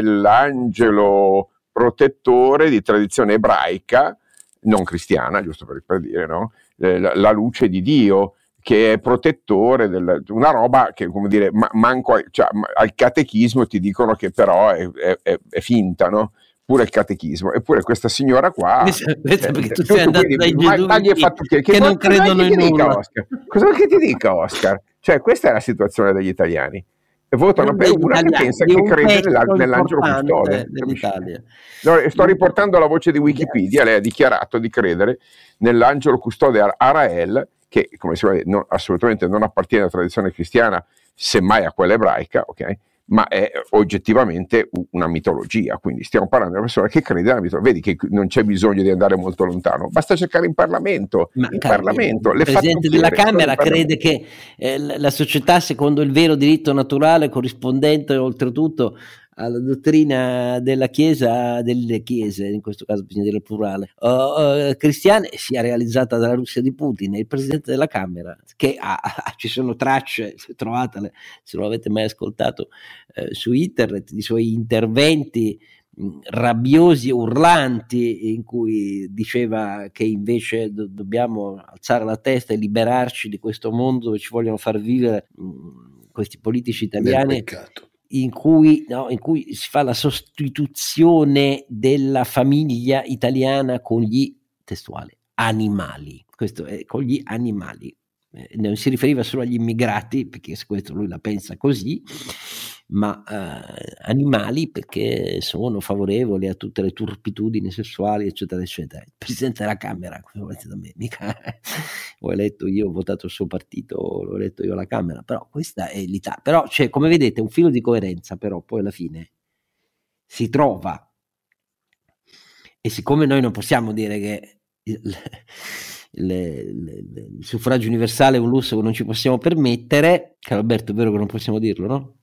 nell'angelo protettore di tradizione ebraica, non cristiana, giusto per, per dire, no? Eh, la, la luce di Dio, che è protettore del, una roba che, come dire, ma, manco cioè, al catechismo ti dicono che però è, è, è finta, no? Pure il catechismo, eppure questa signora qua questo, questo perché tu sei andato quindi, dai ma, gesuiti che, che, che non credono in nulla. Oscar? Cosa vuoi che ti dica, Oscar? Cioè questa è la situazione degli italiani e votano non per una che pensa che crede nella, nell'angelo custode dell'Italia. No, sto riportando la voce di Wikipedia, lei ha dichiarato di credere nell'angelo custode Arael, che come si vede non, assolutamente non appartiene alla tradizione cristiana, semmai a quella ebraica, ok? Ma è oggettivamente una mitologia, quindi stiamo parlando di una persona che crede nella mitologia. Vedi che non c'è bisogno di andare molto lontano, basta cercare in Parlamento. Ma in caro, Parlamento il Presidente della Camera crede che eh, la società secondo il vero diritto naturale corrispondente oltretutto alla dottrina della Chiesa, delle Chiese, in questo caso bisogna dire il plurale, uh, uh, cristiane, sia realizzata dalla Russia di Putin. Il Presidente della Camera, che ha, ci sono tracce, trovatele se non l'avete mai ascoltato eh, su internet, di suoi interventi mh, rabbiosi e urlanti in cui diceva che invece do- dobbiamo alzare la testa e liberarci di questo mondo dove ci vogliono far vivere mh, questi politici italiani in cui, no, in cui si fa la sostituzione della famiglia italiana con gli testuali animali. Questo è con gli animali. Eh, non si riferiva solo agli immigrati, perché questo lui la pensa così, ma eh, animali perché sono favorevoli a tutte le turpitudini sessuali, eccetera, eccetera. Il Presidente della Camera, cosa volete da me? Mica ho eletto io, ho votato il suo partito, l'ho eletto io alla Camera, però questa è l'Italia. Però c'è, come vedete, un filo di coerenza, però poi alla fine si trova. E siccome noi non possiamo dire che il, le, le, le, il suffragio universale è un lusso che non ci possiamo permettere, caro Alberto, è vero che non possiamo dirlo, no?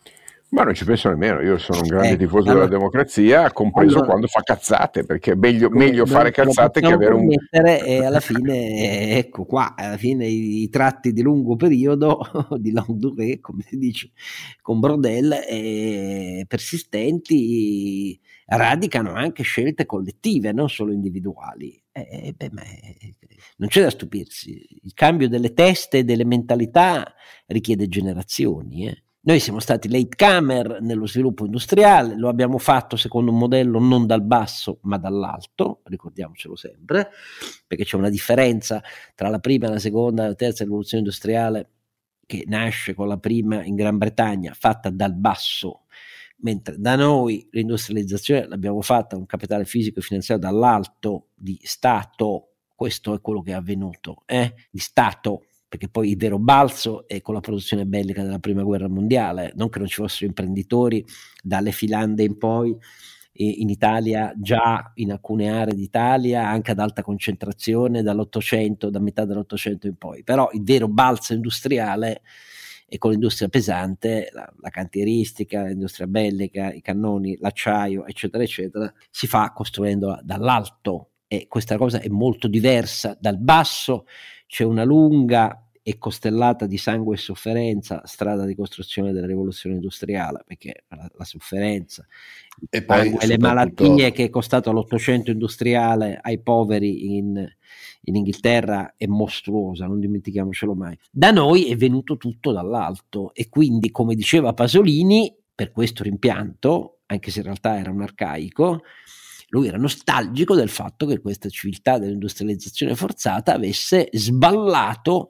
Ma non ci penso nemmeno, io sono un grande eh, tifoso allora, della democrazia, compreso allora, quando fa cazzate, perché è meglio, meglio fare cazzate che avere un... E alla fine, ecco qua, alla fine i, i tratti di lungo periodo, di longue durée, come si dice, con Brodel, eh, persistenti, radicano anche scelte collettive, non solo individuali. Eh, beh, ma eh, non c'è da stupirsi, il cambio delle teste e delle mentalità richiede generazioni, eh. Noi siamo stati latecomer nello sviluppo industriale, lo abbiamo fatto secondo un modello non dal basso ma dall'alto, ricordiamocelo sempre, perché c'è una differenza tra la prima, la seconda e la terza rivoluzione industriale, che nasce con la prima in Gran Bretagna fatta dal basso, mentre da noi l'industrializzazione l'abbiamo fatta con capitale fisico e finanziario dall'alto, di Stato. Questo è quello che è avvenuto, eh? Di Stato, perché poi il vero balzo è con la produzione bellica della prima guerra mondiale, non che non ci fossero imprenditori dalle Filande in poi, e in Italia, già in alcune aree d'Italia, anche ad alta concentrazione dall'Ottocento, da metà dell'Ottocento in poi, però il vero balzo industriale è con l'industria pesante, la, la cantieristica, l'industria bellica, i cannoni, l'acciaio, eccetera, eccetera, si fa costruendola dall'alto, e questa cosa è molto diversa dal basso. C'è una lunga e costellata di sangue e sofferenza strada di costruzione della rivoluzione industriale, perché la, la sofferenza e poi e le malattie che è costato l'Ottocento industriale ai poveri in, in Inghilterra è mostruosa, non dimentichiamocelo mai. Da noi è venuto tutto dall'alto, e quindi, come diceva Pasolini, per questo rimpianto, anche se in realtà era un arcaico, lui era nostalgico del fatto che questa civiltà dell'industrializzazione forzata avesse sballato,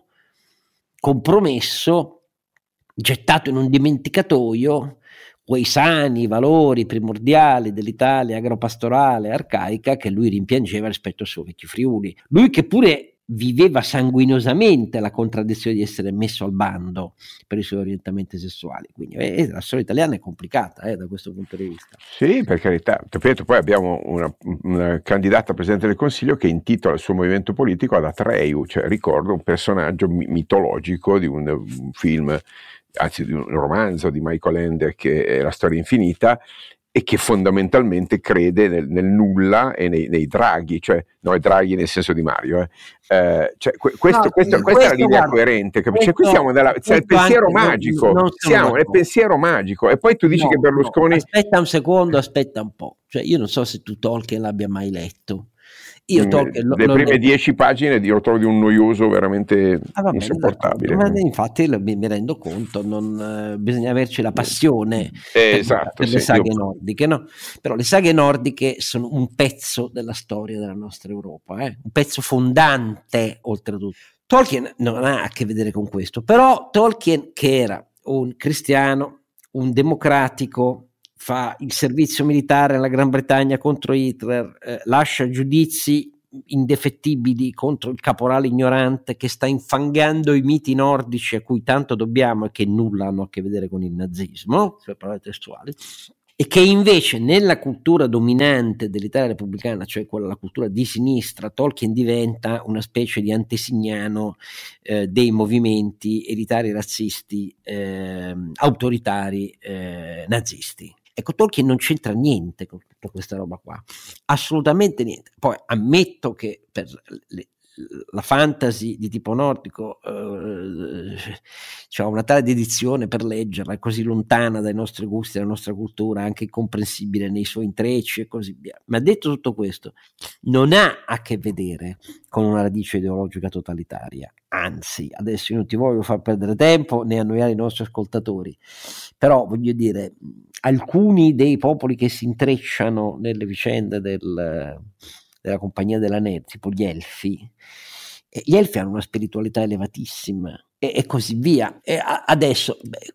compromesso, gettato in un dimenticatoio quei sani valori primordiali dell'Italia agropastorale arcaica che lui rimpiangeva rispetto ai suoi vecchi Friuli. Lui che pure viveva sanguinosamente la contraddizione di essere messo al bando per i suoi orientamenti sessuali. Quindi eh, la storia italiana è complicata eh, da questo punto di vista. Sì, per carità. Ripeto, poi abbiamo una, una candidata Presidente del Consiglio che intitola il suo movimento politico ad Atreyu, cioè ricordo un personaggio mitologico di un, un film, anzi di un romanzo di Michael Ende che è La storia infinita, e che fondamentalmente crede nel, nel nulla e nei, nei draghi, cioè no, i draghi nel senso di Mario, eh. Eh, cioè, questo, no, questo, questa è la linea guarda, coerente, capisci? Questo, qui siamo nella, cioè, il pensiero magico, non, non siamo nel pensiero magico, e poi tu dici no, che Berlusconi... No, aspetta un secondo, aspetta un po', cioè io non so se tu Tolkien l'abbia mai letto. Io Tolkien, le lo, prime lo... dieci pagine lo trovo di un noioso veramente ah, vabbè, insopportabile. Ma infatti mi, mi rendo conto, non, eh, bisogna averci la passione eh, per, esatto, per sì, le saghe io... nordiche, no? Però le saghe nordiche sono un pezzo della storia della nostra Europa, eh? Un pezzo fondante oltretutto. Tolkien non ha a che vedere con questo, però Tolkien, che era un cristiano, un democratico, fa il servizio militare alla Gran Bretagna contro Hitler, eh, lascia giudizi indefettibili contro il caporale ignorante che sta infangando i miti nordici a cui tanto dobbiamo e che nulla hanno a che vedere con il nazismo, per parole testuali, e che invece nella cultura dominante dell'Italia repubblicana, cioè quella la cultura di sinistra, Tolkien diventa una specie di antesignano eh, dei movimenti elitari razzisti eh, autoritari eh, nazisti. Ecco, Tolkien non c'entra niente con tutta questa roba qua, assolutamente niente. Poi ammetto che per le, la fantasy di tipo nordico eh, c'è una tale dedizione per leggerla, è così lontana dai nostri gusti, dalla nostra cultura, anche incomprensibile nei suoi intrecci e così via. Ma detto tutto questo, non ha a che vedere con una radice ideologica totalitaria. Anzi, adesso io non ti voglio far perdere tempo né annoiare i nostri ascoltatori, però voglio dire, alcuni dei popoli che si intrecciano nelle vicende del, della Compagnia dell'Anello, tipo gli Elfi, e gli Elfi hanno una spiritualità elevatissima e, e così via. E a, adesso beh,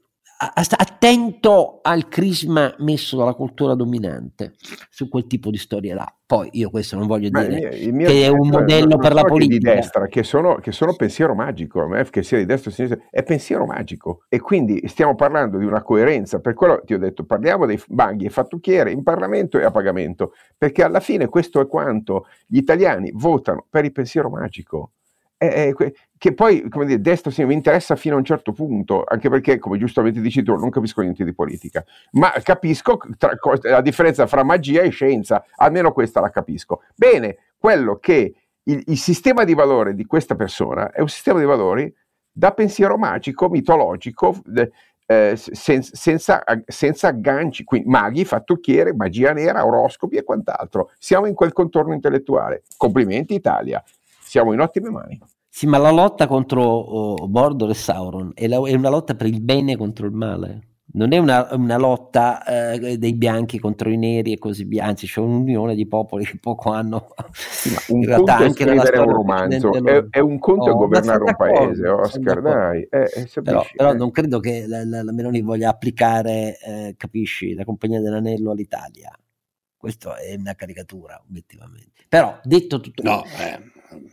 attento al crisma messo dalla cultura dominante su quel tipo di storia là. Poi io questo non voglio Ma dire il mio, che è un modello non per la politica di destra, che sono, che sono pensiero magico, che sia di destra o di sinistra, è pensiero magico, e quindi stiamo parlando di una coerenza. Per quello ti ho detto, parliamo dei banghi e fattucchiere in Parlamento e a pagamento, perché alla fine questo è quanto gli italiani votano per il pensiero magico. Eh, eh, che poi, come dire, destra sì, mi interessa fino a un certo punto, anche perché, come giustamente dici tu, non capisco niente di politica, ma capisco tra, la differenza fra magia e scienza, almeno questa la capisco. Bene, quello che il, il sistema di valore di questa persona è un sistema di valori da pensiero magico, mitologico, eh, sen, senza, senza agganci, quindi maghi, fattucchiere, magia nera, oroscopi e quant'altro. Siamo in quel contorno intellettuale. Complimenti Italia. Siamo in ottime mani. Sì, ma la lotta contro oh, Mordor e Sauron è, la, è una lotta per il bene contro il male. Non è una, una lotta eh, dei bianchi contro i neri e così via. Anzi, c'è un'unione di popoli che poco hanno. Sì, ma un in realtà conto anche nella storia un romanzo, è, è un conto oh, governare un paese, Oscar, dai. È, è però, però non credo che la, la, la Meloni voglia applicare, eh, capisci, la Compagnia dell'Anello all'Italia. Questo è una caricatura, obiettivamente. Però, detto tutto no, eh.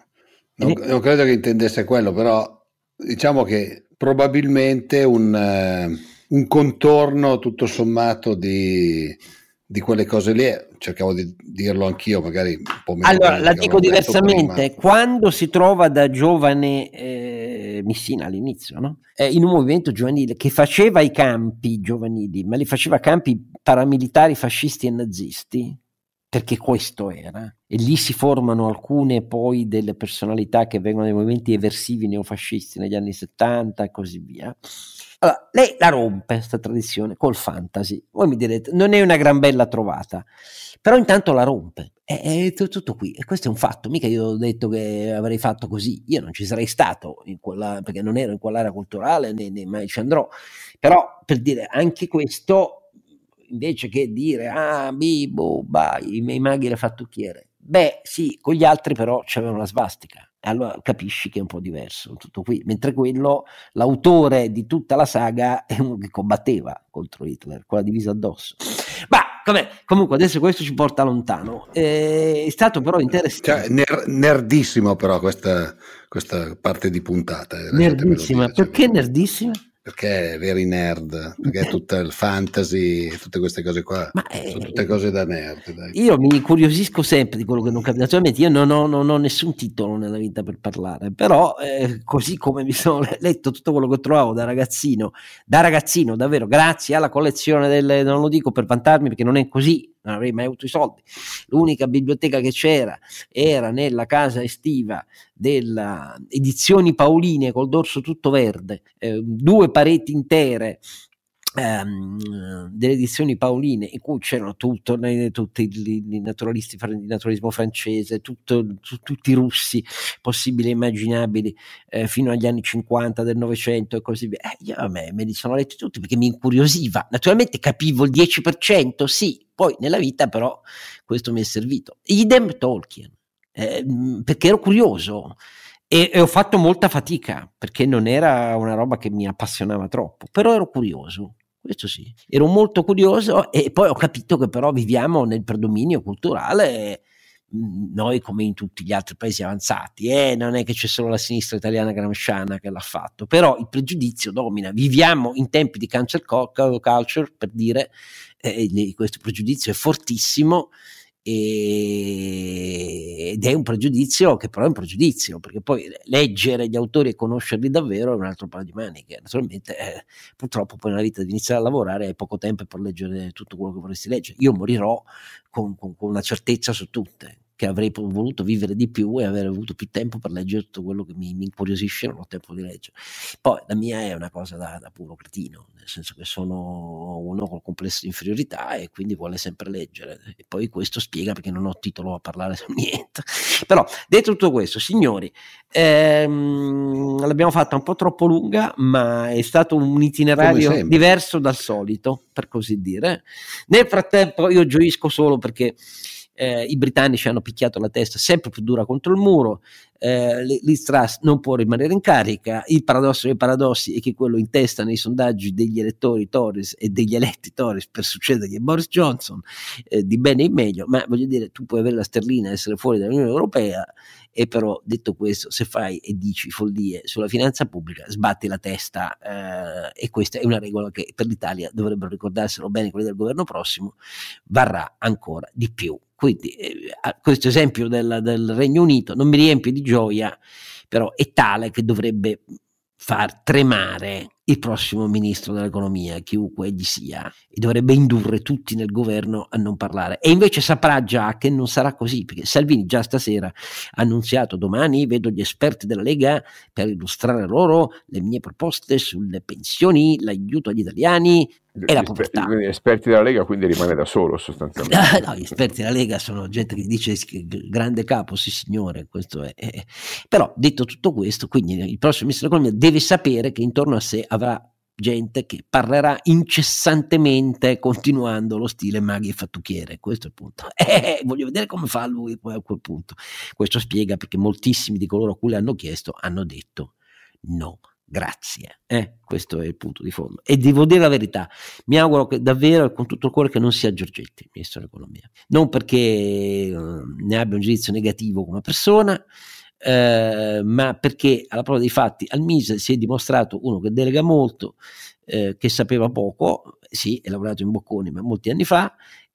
Non, non credo che intendesse quello, però diciamo che probabilmente un, uh, un contorno tutto sommato di, di quelle cose lì, cercavo di dirlo anch'io, magari un po' meno. Allora, la dico diversamente, quando si trova da giovane eh, Missina all'inizio, no? eh, in un movimento giovanile che faceva i campi giovanili, ma li faceva campi paramilitari, fascisti e nazisti, perché questo era, e lì si formano alcune poi delle personalità che vengono dai movimenti eversivi neofascisti negli anni settanta e così via. Allora, lei la rompe questa tradizione col fantasy. Voi mi direte, non è una gran bella trovata, però intanto la rompe. È, è tutto qui, e questo è un fatto. Mica io ho detto che avrei fatto così, io non ci sarei stato in quella, perché non ero in quell'area culturale, né, né mai ci andrò. Però per dire anche questo, invece che dire ah bibo bai i miei maghi e le fattucchiere, beh sì, con gli altri però c'avevano la svastica, e allora capisci che è un po' diverso tutto qui, mentre quello, l'autore di tutta la saga, è uno che combatteva contro Hitler con la divisa addosso. Ma vabbè, comunque adesso questo ci porta lontano. È stato però interessante, cioè, ner- nerdissimo però questa, questa parte di puntata, nerdissima dire, perché cioè, nerdissima? Perché è very nerd, perché è tutto il fantasy, tutte queste cose qua, ma sono tutte cose da nerd. Dai. Io mi incuriosisco sempre di quello che non capisco. Naturalmente io non ho, non ho nessun titolo nella vita per parlare, però eh, così come mi sono letto tutto quello che trovavo da ragazzino, da ragazzino davvero, grazie alla collezione delle, non lo dico per vantarmi perché non è così, non avrei mai avuto i soldi, l'unica biblioteca che c'era era nella casa estiva della Edizioni Paoline col dorso tutto verde, eh, due pareti intere ehm, delle Edizioni Paoline in cui c'erano tutto, tutti i naturalisti, il naturalismo francese, tutto, tu, tutti i russi possibili e immaginabili eh, fino agli anni cinquanta del Novecento e così via. Eh, io a me me li sono letti tutti perché mi incuriosiva, naturalmente capivo il dieci per cento, sì, poi nella vita però questo mi è servito. Idem Tolkien, eh, perché ero curioso e, e ho fatto molta fatica perché non era una roba che mi appassionava troppo, però ero curioso. Questo sì, ero molto curioso e poi ho capito che però viviamo nel predominio culturale, noi come in tutti gli altri paesi avanzati, eh, non è che c'è solo la sinistra italiana gramsciana che l'ha fatto, però il pregiudizio domina, viviamo in tempi di cancel culture, per dire, eh, questo pregiudizio è fortissimo e, ed è un pregiudizio che però è un pregiudizio, perché poi leggere gli autori e conoscerli davvero è un altro paio di maniche. Naturalmente eh, purtroppo poi nella vita di iniziare a lavorare hai poco tempo per leggere tutto quello che vorresti leggere. Io morirò con, con, con una certezza su tutte, che avrei voluto vivere di più e avere avuto più tempo per leggere tutto quello che mi, mi incuriosisce, non ho tempo di leggere. Poi la mia è una cosa da, da puro cretino, nel senso che sono uno col complesso di inferiorità e quindi vuole sempre leggere, e poi questo spiega perché non ho titolo a parlare su niente. Però detto tutto questo, signori, ehm, l'abbiamo fatta un po' troppo lunga, ma è stato un itinerario diverso dal solito, per così dire. Nel frattempo io gioisco solo perché eh, i britannici hanno picchiato la testa sempre più dura contro il muro, eh, Liz Truss non può rimanere in carica, il paradosso dei paradossi è che quello in testa nei sondaggi degli elettori Tories e degli eletti Tories per succedergli a Boris Johnson, eh, di bene in meglio, ma voglio dire, tu puoi avere la sterlina e essere fuori dall'Unione Europea, e però detto questo, se fai e dici follie sulla finanza pubblica sbatti la testa, eh, e questa è una regola che per l'Italia dovrebbero ricordarselo bene quelli del governo prossimo, varrà ancora di più. Quindi eh, questo esempio del, del Regno Unito non mi riempie di gioia, però è tale che dovrebbe far tremare il prossimo ministro dell'economia, chiunque egli sia, e dovrebbe indurre tutti nel governo a non parlare. E invece saprà già che non sarà così, perché Salvini già stasera ha annunziato: domani vedo gli esperti della Lega per illustrare loro le mie proposte sulle pensioni, l'aiuto agli italiani e la povertà. Gli esperti della Lega quindi rimane da solo sostanzialmente. No, gli esperti della Lega sono gente che dice grande capo, sì signore, questo è, è. Però detto tutto questo, quindi il prossimo ministro dell'economia deve sapere che intorno a sé avrà gente che parlerà incessantemente continuando lo stile Maghi e Fattucchiere, questo è il punto. Eh, voglio vedere come fa lui poi a quel punto. Questo spiega perché moltissimi di coloro a cui l'hanno chiesto hanno detto no. Grazie, eh? Questo è il punto di fondo. E devo dire la verità, mi auguro che davvero con tutto il cuore che non sia Giorgetti il ministro dell'economia, non perché eh, ne abbia un giudizio negativo come persona, eh, ma perché alla prova dei fatti al Mise si è dimostrato uno che delega molto, eh, che sapeva poco, sì, è lavorato in Bocconi ma molti anni fa,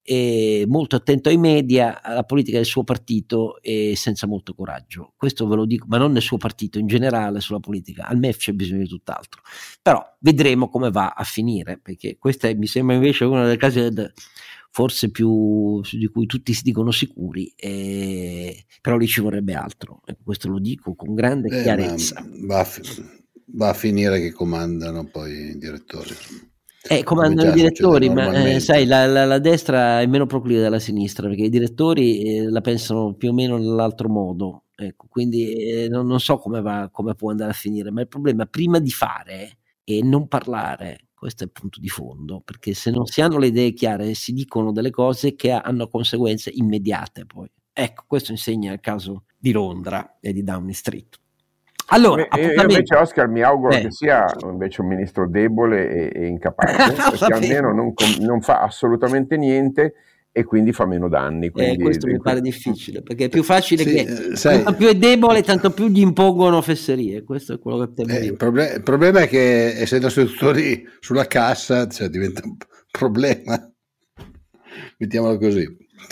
e molto attento ai media, alla politica del suo partito e senza molto coraggio. Questo ve lo dico, ma non nel suo partito, in generale sulla politica. Al M E F c'è bisogno di tutt'altro. Però vedremo come va a finire, perché questa è, mi sembra invece una delle case forse più di cui tutti si dicono sicuri, eh, però lì ci vorrebbe altro. Questo lo dico con grande eh, chiarezza. Va a, fi- va a finire che comandano poi i direttori. Eh, comandano i direttori, ma eh, sai, la, la, la destra è meno proclive della sinistra, perché i direttori eh, la pensano più o meno nell'altro modo, ecco, quindi eh, non, non so come va, come può andare a finire, ma il problema prima di fare è non parlare, questo è il punto di fondo, perché se non si hanno le idee chiare si dicono delle cose che hanno conseguenze immediate poi. Ecco, questo insegna il caso di Londra e di Downing Street. Allora, io invece Oscar mi auguro eh. che sia invece un ministro debole e, e incapace, perché almeno non, non fa assolutamente niente e quindi fa meno danni. Quindi, eh, questo mi pare difficile, perché è più facile sì, che sai, tanto più è debole, tanto più gli impongono fesserie. Questo è quello che temo eh, io. Il, proble- il problema è che essendo seduttori sulla cassa, cioè, diventa un problema. Mettiamolo così.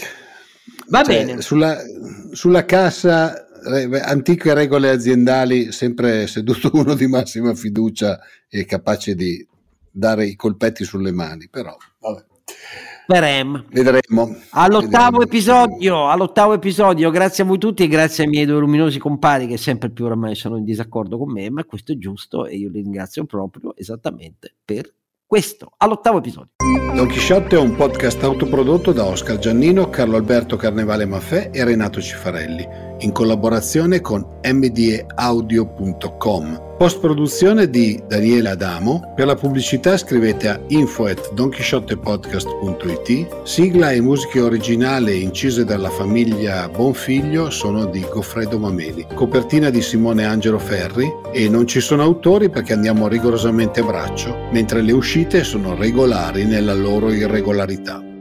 Va cioè, bene. Sulla, sulla cassa, antiche regole aziendali, sempre seduto uno di massima fiducia e capace di dare i colpetti sulle mani, però vabbè. Vedremo. Vedremo. All'ottavo Vedremo. episodio, all'ottavo episodio, grazie a voi tutti e grazie ai miei due luminosi compari che sempre più oramai sono in disaccordo con me, ma questo è giusto e io li ringrazio proprio esattamente per questo. All'ottavo episodio. Don Chisciotte è un podcast autoprodotto da Oscar Giannino, Carlo Alberto Carnevale Maffè e Renato Cifarelli, in collaborazione con m d a audio punto com. Post produzione di Daniele Adamo. Per la pubblicità scrivete a info at donchisciottepodcast punto it. Sigla e musiche originali incise dalla famiglia Bonfiglio sono di Goffredo Mameli. Copertina di Simone Angelo Ferri, e non ci sono autori perché andiamo rigorosamente a braccio, mentre le uscite sono regolari nella loro irregolarità.